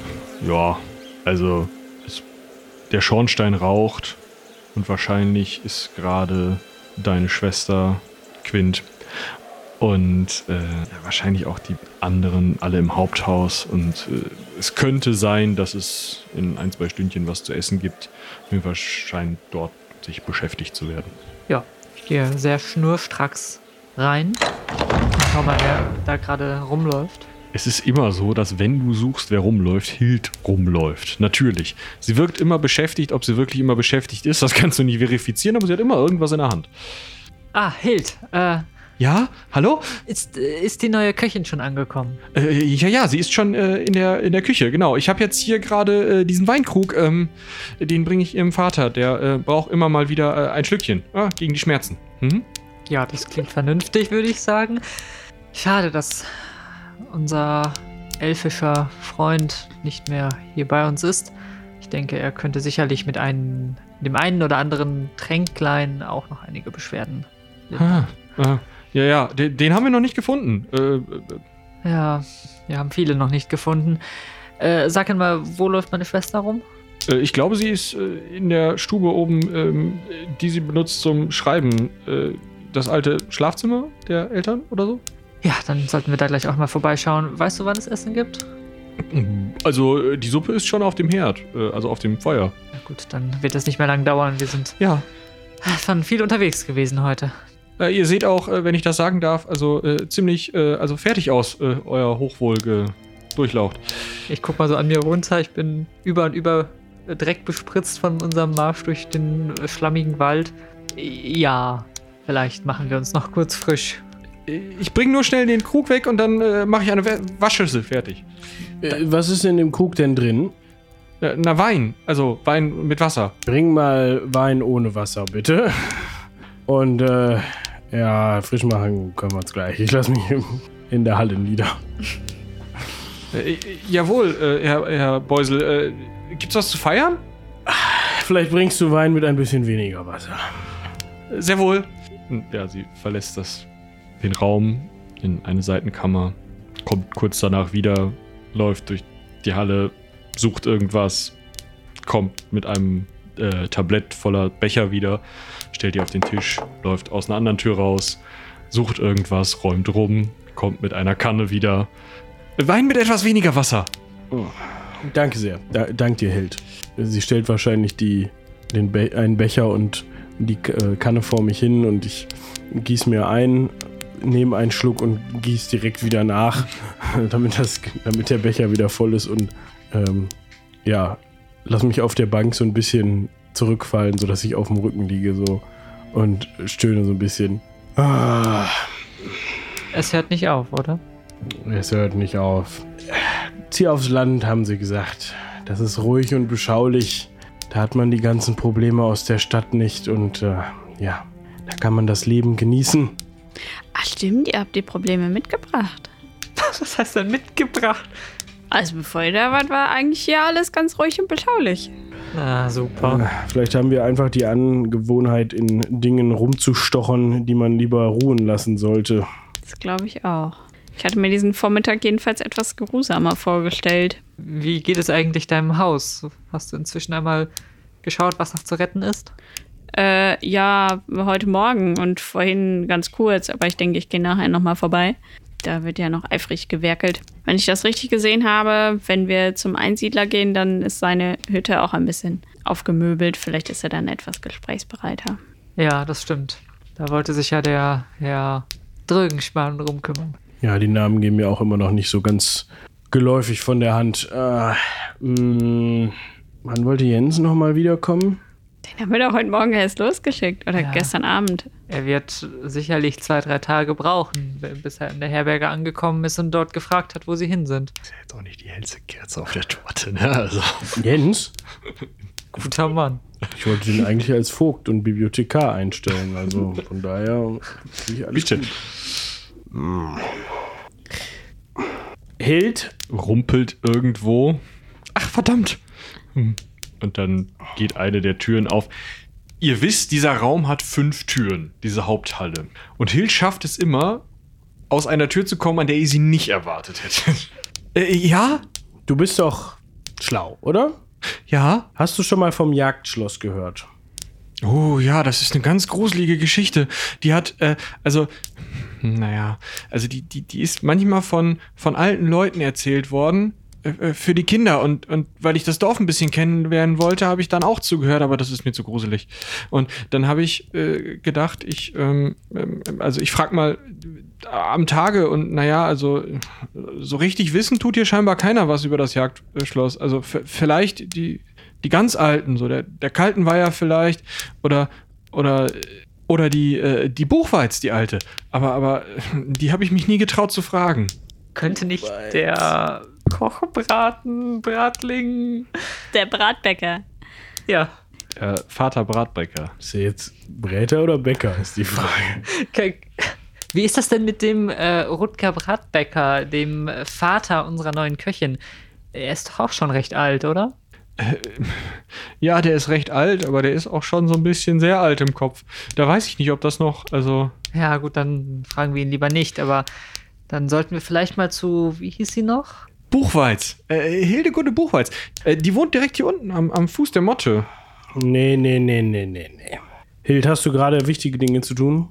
A: der Schornstein raucht und wahrscheinlich ist gerade deine Schwester Quint und wahrscheinlich auch die anderen alle im Haupthaus und es könnte sein, dass es in 1-2 Stündchen was zu essen gibt. Mir scheint dort sich beschäftigt zu werden.
C: Ja, ich gehe sehr schnurstracks rein und schau mal, wer da gerade rumläuft.
A: Es ist immer so, dass wenn du suchst, wer rumläuft, Hild rumläuft. Natürlich. Sie wirkt immer beschäftigt. Ob sie wirklich immer beschäftigt ist, das kannst du nicht verifizieren, aber sie hat immer irgendwas in der Hand.
C: Ah, Hild.
A: Ja? Hallo?
C: Ist die neue Köchin schon angekommen?
A: Ja, sie ist schon in der Küche, genau. Ich habe jetzt hier gerade diesen Weinkrug, den bringe ich ihrem Vater. Der braucht immer mal wieder ein Schlückchen gegen die Schmerzen. Mhm.
C: Ja, das klingt vernünftig, würde ich sagen. Schade, dass unser elfischer Freund nicht mehr hier bei uns ist. Ich denke, er könnte sicherlich mit dem einen oder anderen Tränklein auch noch einige Beschwerden lindern.
A: Ja, den haben wir noch nicht gefunden.
C: Ja, wir haben viele noch nicht gefunden. Sag mal, wo läuft meine Schwester rum?
A: Ich glaube, sie ist in der Stube oben, die sie benutzt zum Schreiben. Das alte Schlafzimmer der Eltern oder so?
C: Ja, dann sollten wir da gleich auch mal vorbeischauen. Weißt du, wann es Essen gibt?
A: Also, die Suppe ist schon auf dem Herd, also auf dem Feuer.
C: Na gut, dann wird das nicht mehr lang dauern. Wir sind schon viel unterwegs gewesen heute.
A: Ihr seht auch, wenn ich das sagen darf, also ziemlich fertig aus, euer Hochwohl durchlaucht.
C: Ich guck mal so an mir runter. Ich bin über und über Dreck bespritzt von unserem Marsch durch den schlammigen Wald. Ja, vielleicht machen wir uns noch kurz frisch.
A: Ich bringe nur schnell den Krug weg und dann mache ich eine Waschschüssel fertig.
D: Was ist in dem Krug denn drin?
A: Na, Wein. Also Wein mit Wasser.
D: Bring mal Wein ohne Wasser, bitte. Und, frisch machen können wir uns gleich. Ich lasse mich in der Halle nieder.
A: Jawohl, Herr Beusel. Gibt's was zu feiern?
D: Vielleicht bringst du Wein mit ein bisschen weniger Wasser.
A: Sehr wohl. Ja, sie verlässt den Raum in eine Seitenkammer, kommt kurz danach wieder, läuft durch die Halle, sucht irgendwas, kommt mit einem Tablett voller Becher wieder, stellt die auf den Tisch, läuft aus einer anderen Tür raus, sucht irgendwas, räumt rum, kommt mit einer Kanne wieder. Wein mit etwas weniger Wasser.
D: Oh. Danke sehr. Dank dir, Hild. Sie stellt wahrscheinlich einen Becher und die Kanne vor mich hin und ich gieße mir ein, nehme einen Schluck und gieße direkt wieder nach, damit der Becher wieder voll ist und lass mich auf der Bank so ein bisschen zurückfallen, sodass ich auf dem Rücken liege so und stöhne so ein bisschen. Ah.
C: Es hört nicht auf, oder?
D: Es hört nicht auf. Zieh aufs Land, haben sie gesagt. Das ist ruhig und beschaulich. Da hat man die ganzen Probleme aus der Stadt nicht und da kann man das Leben genießen.
B: Ach stimmt, ihr habt die Probleme mitgebracht.
C: Was heißt denn mitgebracht?
B: Also bevor ihr da wart, war eigentlich hier alles ganz ruhig und beschaulich.
C: Ah, super.
D: Vielleicht haben wir einfach die Angewohnheit, in Dingen rumzustochern, die man lieber ruhen lassen sollte.
B: Das glaube ich auch. Ich hatte mir diesen Vormittag jedenfalls etwas geruhsamer vorgestellt.
C: Wie geht es eigentlich deinem Haus? Hast du inzwischen einmal geschaut, was noch zu retten ist?
B: Ja, heute Morgen und vorhin ganz kurz, aber ich denke, ich gehe nachher nochmal vorbei. Da wird ja noch eifrig gewerkelt. Wenn ich das richtig gesehen habe, wenn wir zum Einsiedler gehen, dann ist seine Hütte auch ein bisschen aufgemöbelt. Vielleicht ist er dann etwas gesprächsbereiter.
C: Ja, das stimmt. Da wollte sich ja der Herr Drögenspahn drum kümmern.
D: Ja, die Namen gehen mir auch immer noch nicht so ganz geläufig von der Hand. Wann wollte Jens nochmal wiederkommen?
B: Den haben wir doch heute Morgen erst losgeschickt. Oder gestern Abend.
C: Er wird sicherlich 2-3 Tage brauchen, bis er in der Herberge angekommen ist und dort gefragt hat, wo sie hin sind.
A: Das ist ja jetzt auch nicht die hellste Kerze auf der Torte, ne? Also.
D: Jens?
C: Guter Mann.
D: Ich wollte ihn eigentlich als Vogt und Bibliothekar einstellen. Also von daher...
A: Bitte.
D: Hild
A: rumpelt irgendwo. Ach, verdammt. Und dann geht eine der Türen auf. Ihr wisst, dieser Raum hat 5 Türen, diese Haupthalle. Und Hild schafft es immer, aus einer Tür zu kommen, an der ihr sie nicht erwartet hättet. Ja?
D: Du bist doch schlau, oder?
A: Ja.
D: Hast du schon mal vom Jagdschloss gehört?
A: Oh ja, das ist eine ganz gruselige Geschichte. Die hat, die ist manchmal von alten Leuten erzählt worden, für die Kinder. Und weil ich das Dorf ein bisschen kennenlernen wollte, habe ich dann auch zugehört, aber das ist mir zu gruselig. Und dann habe ich gedacht, ich frag mal am Tage und so richtig wissen tut hier scheinbar keiner was über das Jagdschloss. Also vielleicht die ganz Alten, so der Kaltenweiher vielleicht oder die Buchweiz, die Alte. Aber die habe ich mich nie getraut zu fragen.
C: Könnte nicht der Bratling...
B: Der Bratbäcker.
C: Ja.
A: Vater Bratbäcker.
D: Ist er jetzt Bräter oder Bäcker, ist die Frage.
C: Okay. Wie ist das denn mit dem Rutger Bratbäcker, dem Vater unserer neuen Köchin? Er ist doch auch schon recht alt, oder?
A: Ja, der ist recht alt, aber der ist auch schon so ein bisschen sehr alt im Kopf. Da weiß ich nicht, ob das noch, also...
C: Ja, gut, dann fragen wir ihn lieber nicht, aber dann sollten wir vielleicht mal zu, wie hieß sie noch?
A: Buchweiz. Hildegunde Buchweiz. Die wohnt direkt hier unten am Fuß der Motte.
D: Nee. Hild, hast du gerade wichtige Dinge zu tun?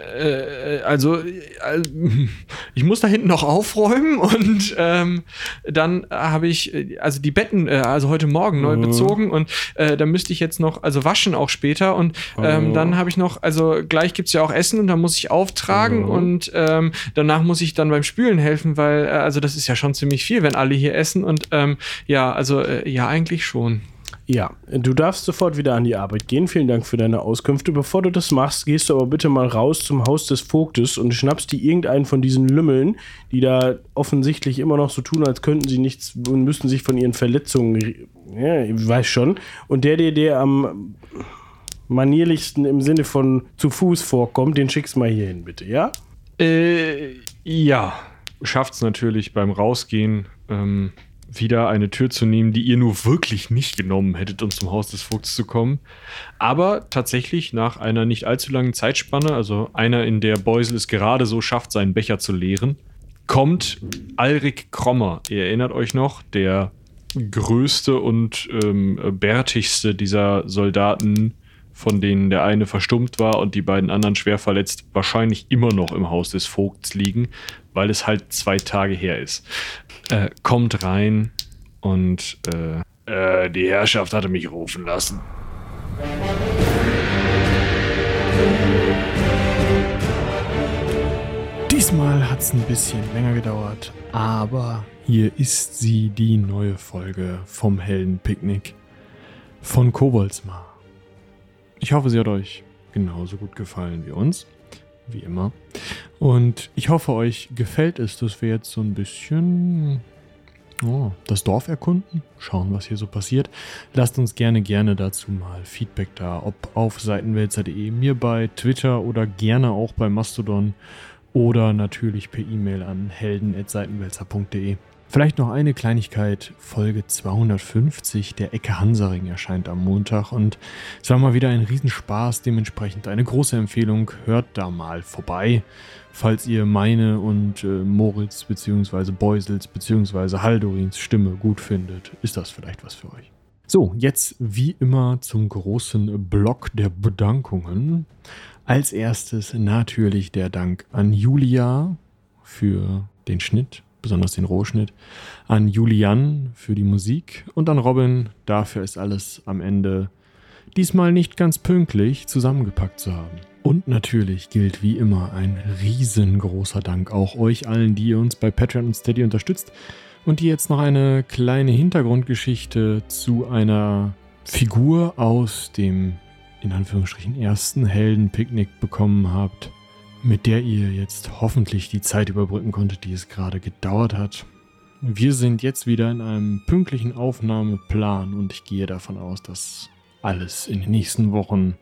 A: Ich muss da hinten noch aufräumen und dann habe ich die Betten heute Morgen neu bezogen und da müsste ich jetzt noch, waschen auch später und dann habe ich noch, gleich gibt's ja auch Essen und dann muss ich auftragen und danach muss ich dann beim Spülen helfen, weil das ist ja schon ziemlich viel, wenn alle hier essen und eigentlich schon.
D: Ja, du darfst sofort wieder an die Arbeit gehen. Vielen Dank für deine Auskünfte. Bevor du das machst, gehst du aber bitte mal raus zum Haus des Vogtes und schnappst dir irgendeinen von diesen Lümmeln, die da offensichtlich immer noch so tun, als könnten sie nichts und müssten sich von ihren Verletzungen, ja, ich weiß schon. Und der am manierlichsten im Sinne von zu Fuß vorkommt, den schickst mal hier hin, bitte, ja?
A: Ja. Schafft's natürlich beim Rausgehen, wieder eine Tür zu nehmen, die ihr nur wirklich nicht genommen hättet, um zum Haus des Vogts zu kommen. Aber tatsächlich nach einer nicht allzu langen Zeitspanne, also einer, in der Beusel es gerade so schafft, seinen Becher zu leeren, kommt Alrik Krommer. Ihr erinnert euch noch, der größte und bärtigste dieser Soldaten, von denen der eine verstummt war und die beiden anderen schwer verletzt, wahrscheinlich immer noch im Haus des Vogts liegen, weil es halt 2 Tage her ist. Kommt rein und die Herrschaft hatte mich rufen lassen.
E: Diesmal hat es ein bisschen länger gedauert, aber hier ist sie, die neue Folge vom Heldenpicknick von Koboldsmar. Ich hoffe, sie hat euch genauso gut gefallen wie uns, wie immer. Und ich hoffe, euch gefällt es, dass wir jetzt so ein bisschen das Dorf erkunden, schauen, was hier so passiert. Lasst uns gerne dazu mal Feedback da, ob auf seitenwälzer.de, mir bei Twitter oder gerne auch bei Mastodon oder natürlich per E-Mail an helden@seitenwälzer.de. Vielleicht noch eine Kleinigkeit, Folge 250, der Ecke Hansaring erscheint am Montag und es war mal wieder ein Riesenspaß, dementsprechend eine große Empfehlung, hört da mal vorbei, falls ihr meine und Moritz bzw. Beusels bzw. Haldorins Stimme gut findet, ist das vielleicht was für euch. So, jetzt wie immer zum großen Block der Bedankungen. Als erstes natürlich der Dank an Julia für den Schnitt, besonders den Rohschnitt, an Julian für die Musik und an Robin, dafür ist alles am Ende diesmal nicht ganz pünktlich zusammengepackt zu haben. Und natürlich gilt wie immer ein riesengroßer Dank auch euch allen, die ihr uns bei Patreon und Steady unterstützt und die jetzt noch eine kleine Hintergrundgeschichte zu einer Figur aus dem, in Anführungsstrichen, ersten Heldenpicknick bekommen habt, mit der ihr jetzt hoffentlich die Zeit überbrücken konntet, die es gerade gedauert hat. Wir sind jetzt wieder in einem pünktlichen Aufnahmeplan und ich gehe davon aus, dass alles in den nächsten Wochen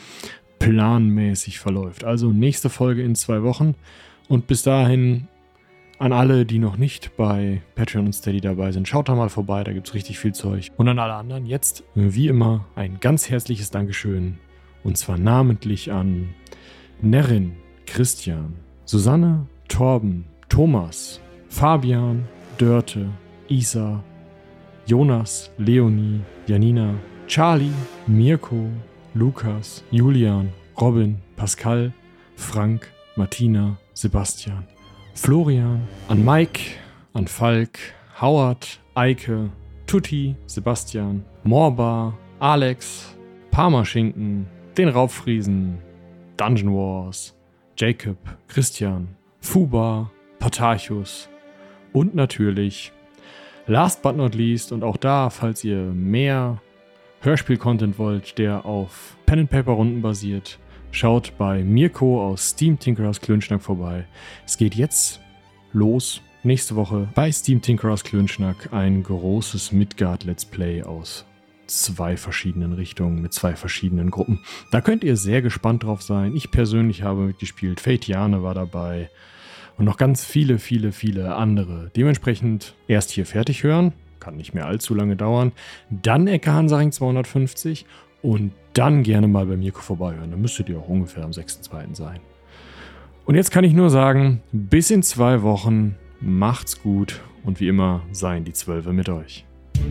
E: planmäßig verläuft. Also nächste Folge in 2 Wochen und bis dahin an alle, die noch nicht bei Patreon und Steady dabei sind, schaut da mal vorbei, da gibt es richtig viel Zeug. Und an alle anderen jetzt, wie immer, ein ganz herzliches Dankeschön und zwar namentlich an Nerin, Christian, Susanne, Torben, Thomas, Fabian, Dörte, Isa, Jonas, Leonie, Janina, Charlie, Mirko, Lukas, Julian, Robin, Pascal, Frank, Martina, Sebastian, Florian, an Mike, an Falk, Howard, Eike, Tutti, Sebastian, Morba, Alex, Parmaschinken, den Raubfriesen, Dungeon Wars, Jacob, Christian, Fuba, Patarchus und natürlich, last but not least, und auch da, falls ihr mehr Hörspiel-Content wollt, der auf Pen-and-Paper-Runden basiert, schaut bei Mirko aus Steam Tinkerers Klönschnack vorbei. Es geht jetzt los, nächste Woche, bei Steam Tinkerers Klönschnack ein großes Midgard-Let's Play aus 2 verschiedenen Richtungen mit 2 verschiedenen Gruppen. Da könnt ihr sehr gespannt drauf sein. Ich persönlich habe mitgespielt, Fatiane war dabei und noch ganz viele andere. Dementsprechend erst hier fertig hören, kann nicht mehr allzu lange dauern. Dann Ecke Hansaring 250 und dann gerne mal bei Mirko vorbeihören. Dann müsstet ihr auch ungefähr am 6.2. sein. Und jetzt kann ich nur sagen, bis in 2 Wochen, macht's gut und wie immer seien die 12 mit euch.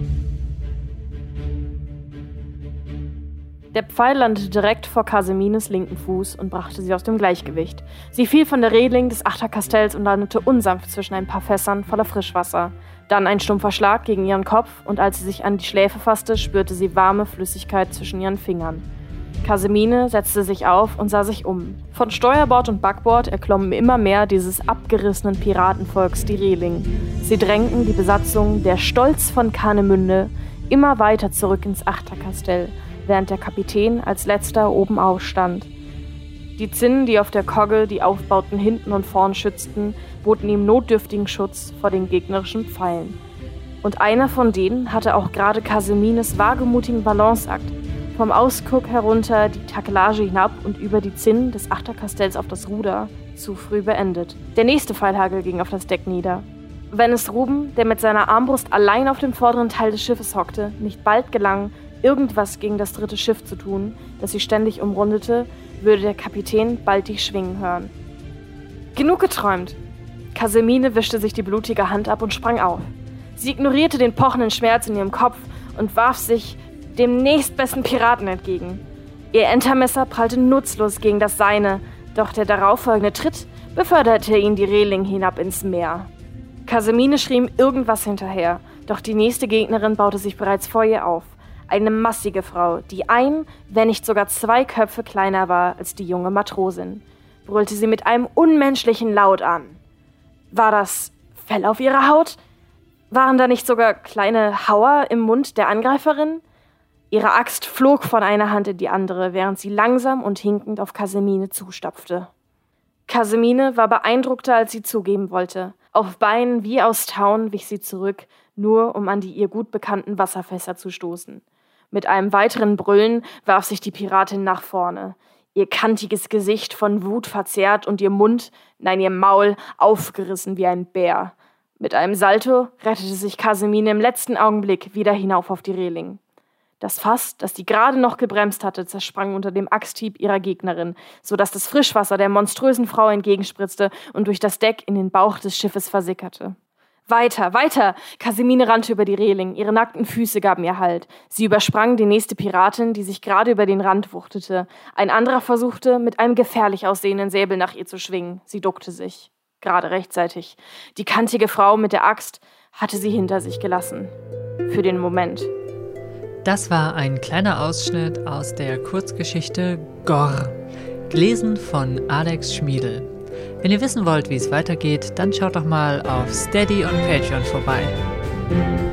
F: Der Pfeil landete direkt vor Kasemines linken Fuß und brachte sie aus dem Gleichgewicht. Sie fiel von der Reling des Achterkastells und landete unsanft zwischen ein paar Fässern voller Frischwasser. Dann ein stumpfer Schlag gegen ihren Kopf und als sie sich an die Schläfe fasste, spürte sie warme Flüssigkeit zwischen ihren Fingern. Kasemine setzte sich auf und sah sich um. Von Steuerbord und Backbord erklommen immer mehr dieses abgerissenen Piratenvolks die Reling. Sie drängten die Besatzung, der Stolz von Kahnemünde, immer weiter zurück ins Achterkastell, während der Kapitän als letzter oben aufstand. Die Zinnen, die auf der Kogge die Aufbauten hinten und vorn schützten, boten ihm notdürftigen Schutz vor den gegnerischen Pfeilen. Und einer von denen hatte auch gerade Kasemines wagemutigen Balanceakt vom Ausguck herunter die Takelage hinab und über die Zinnen des Achterkastells auf das Ruder zu früh beendet. Der nächste Pfeilhagel ging auf das Deck nieder. Wenn es Ruben, der mit seiner Armbrust allein auf dem vorderen Teil des Schiffes hockte, nicht bald gelang, irgendwas gegen das dritte Schiff zu tun, das sie ständig umrundete, würde der Kapitän bald die Schwingen hören. Genug geträumt! Kasemine wischte sich die blutige Hand ab und sprang auf. Sie ignorierte den pochenden Schmerz in ihrem Kopf und warf sich dem nächstbesten Piraten entgegen. Ihr Entermesser prallte nutzlos gegen das seine, doch der darauffolgende Tritt beförderte ihn die Reling hinab ins Meer. Kasemine schrie ihm irgendwas hinterher, doch die nächste Gegnerin baute sich bereits vor ihr auf. Eine massige Frau, die wenn nicht sogar 2 Köpfe kleiner war als die junge Matrosin, brüllte sie mit einem unmenschlichen Laut an. War das Fell auf ihrer Haut? Waren da nicht sogar kleine Hauer im Mund der Angreiferin? Ihre Axt flog von einer Hand in die andere, während sie langsam und hinkend auf Kasemine zustapfte. Kasemine war beeindruckter, als sie zugeben wollte. Auf Beinen wie aus Tauen wich sie zurück, nur um an die ihr gut bekannten Wasserfässer zu stoßen. Mit einem weiteren Brüllen warf sich die Piratin nach vorne. Ihr kantiges Gesicht von Wut verzerrt und ihr Mund, nein, ihr Maul, aufgerissen wie ein Bär. Mit einem Salto rettete sich Kasemine im letzten Augenblick wieder hinauf auf die Reling. Das Fass, das sie gerade noch gebremst hatte, zersprang unter dem Axthieb ihrer Gegnerin, sodass das Frischwasser der monströsen Frau entgegenspritzte und durch das Deck in den Bauch des Schiffes versickerte. Weiter, weiter! Kasemine rannte über die Reling, ihre nackten Füße gaben ihr Halt. Sie übersprang die nächste Piratin, die sich gerade über den Rand wuchtete. Ein anderer versuchte, mit einem gefährlich aussehenden Säbel nach ihr zu schwingen. Sie duckte sich. Gerade rechtzeitig. Die kantige Frau mit der Axt hatte sie hinter sich gelassen. Für den Moment.
C: Das war ein kleiner Ausschnitt aus der Kurzgeschichte Gorr, gelesen von Alex Schmiedl. Wenn ihr wissen wollt, wie es weitergeht, dann schaut doch mal auf Steady und Patreon vorbei.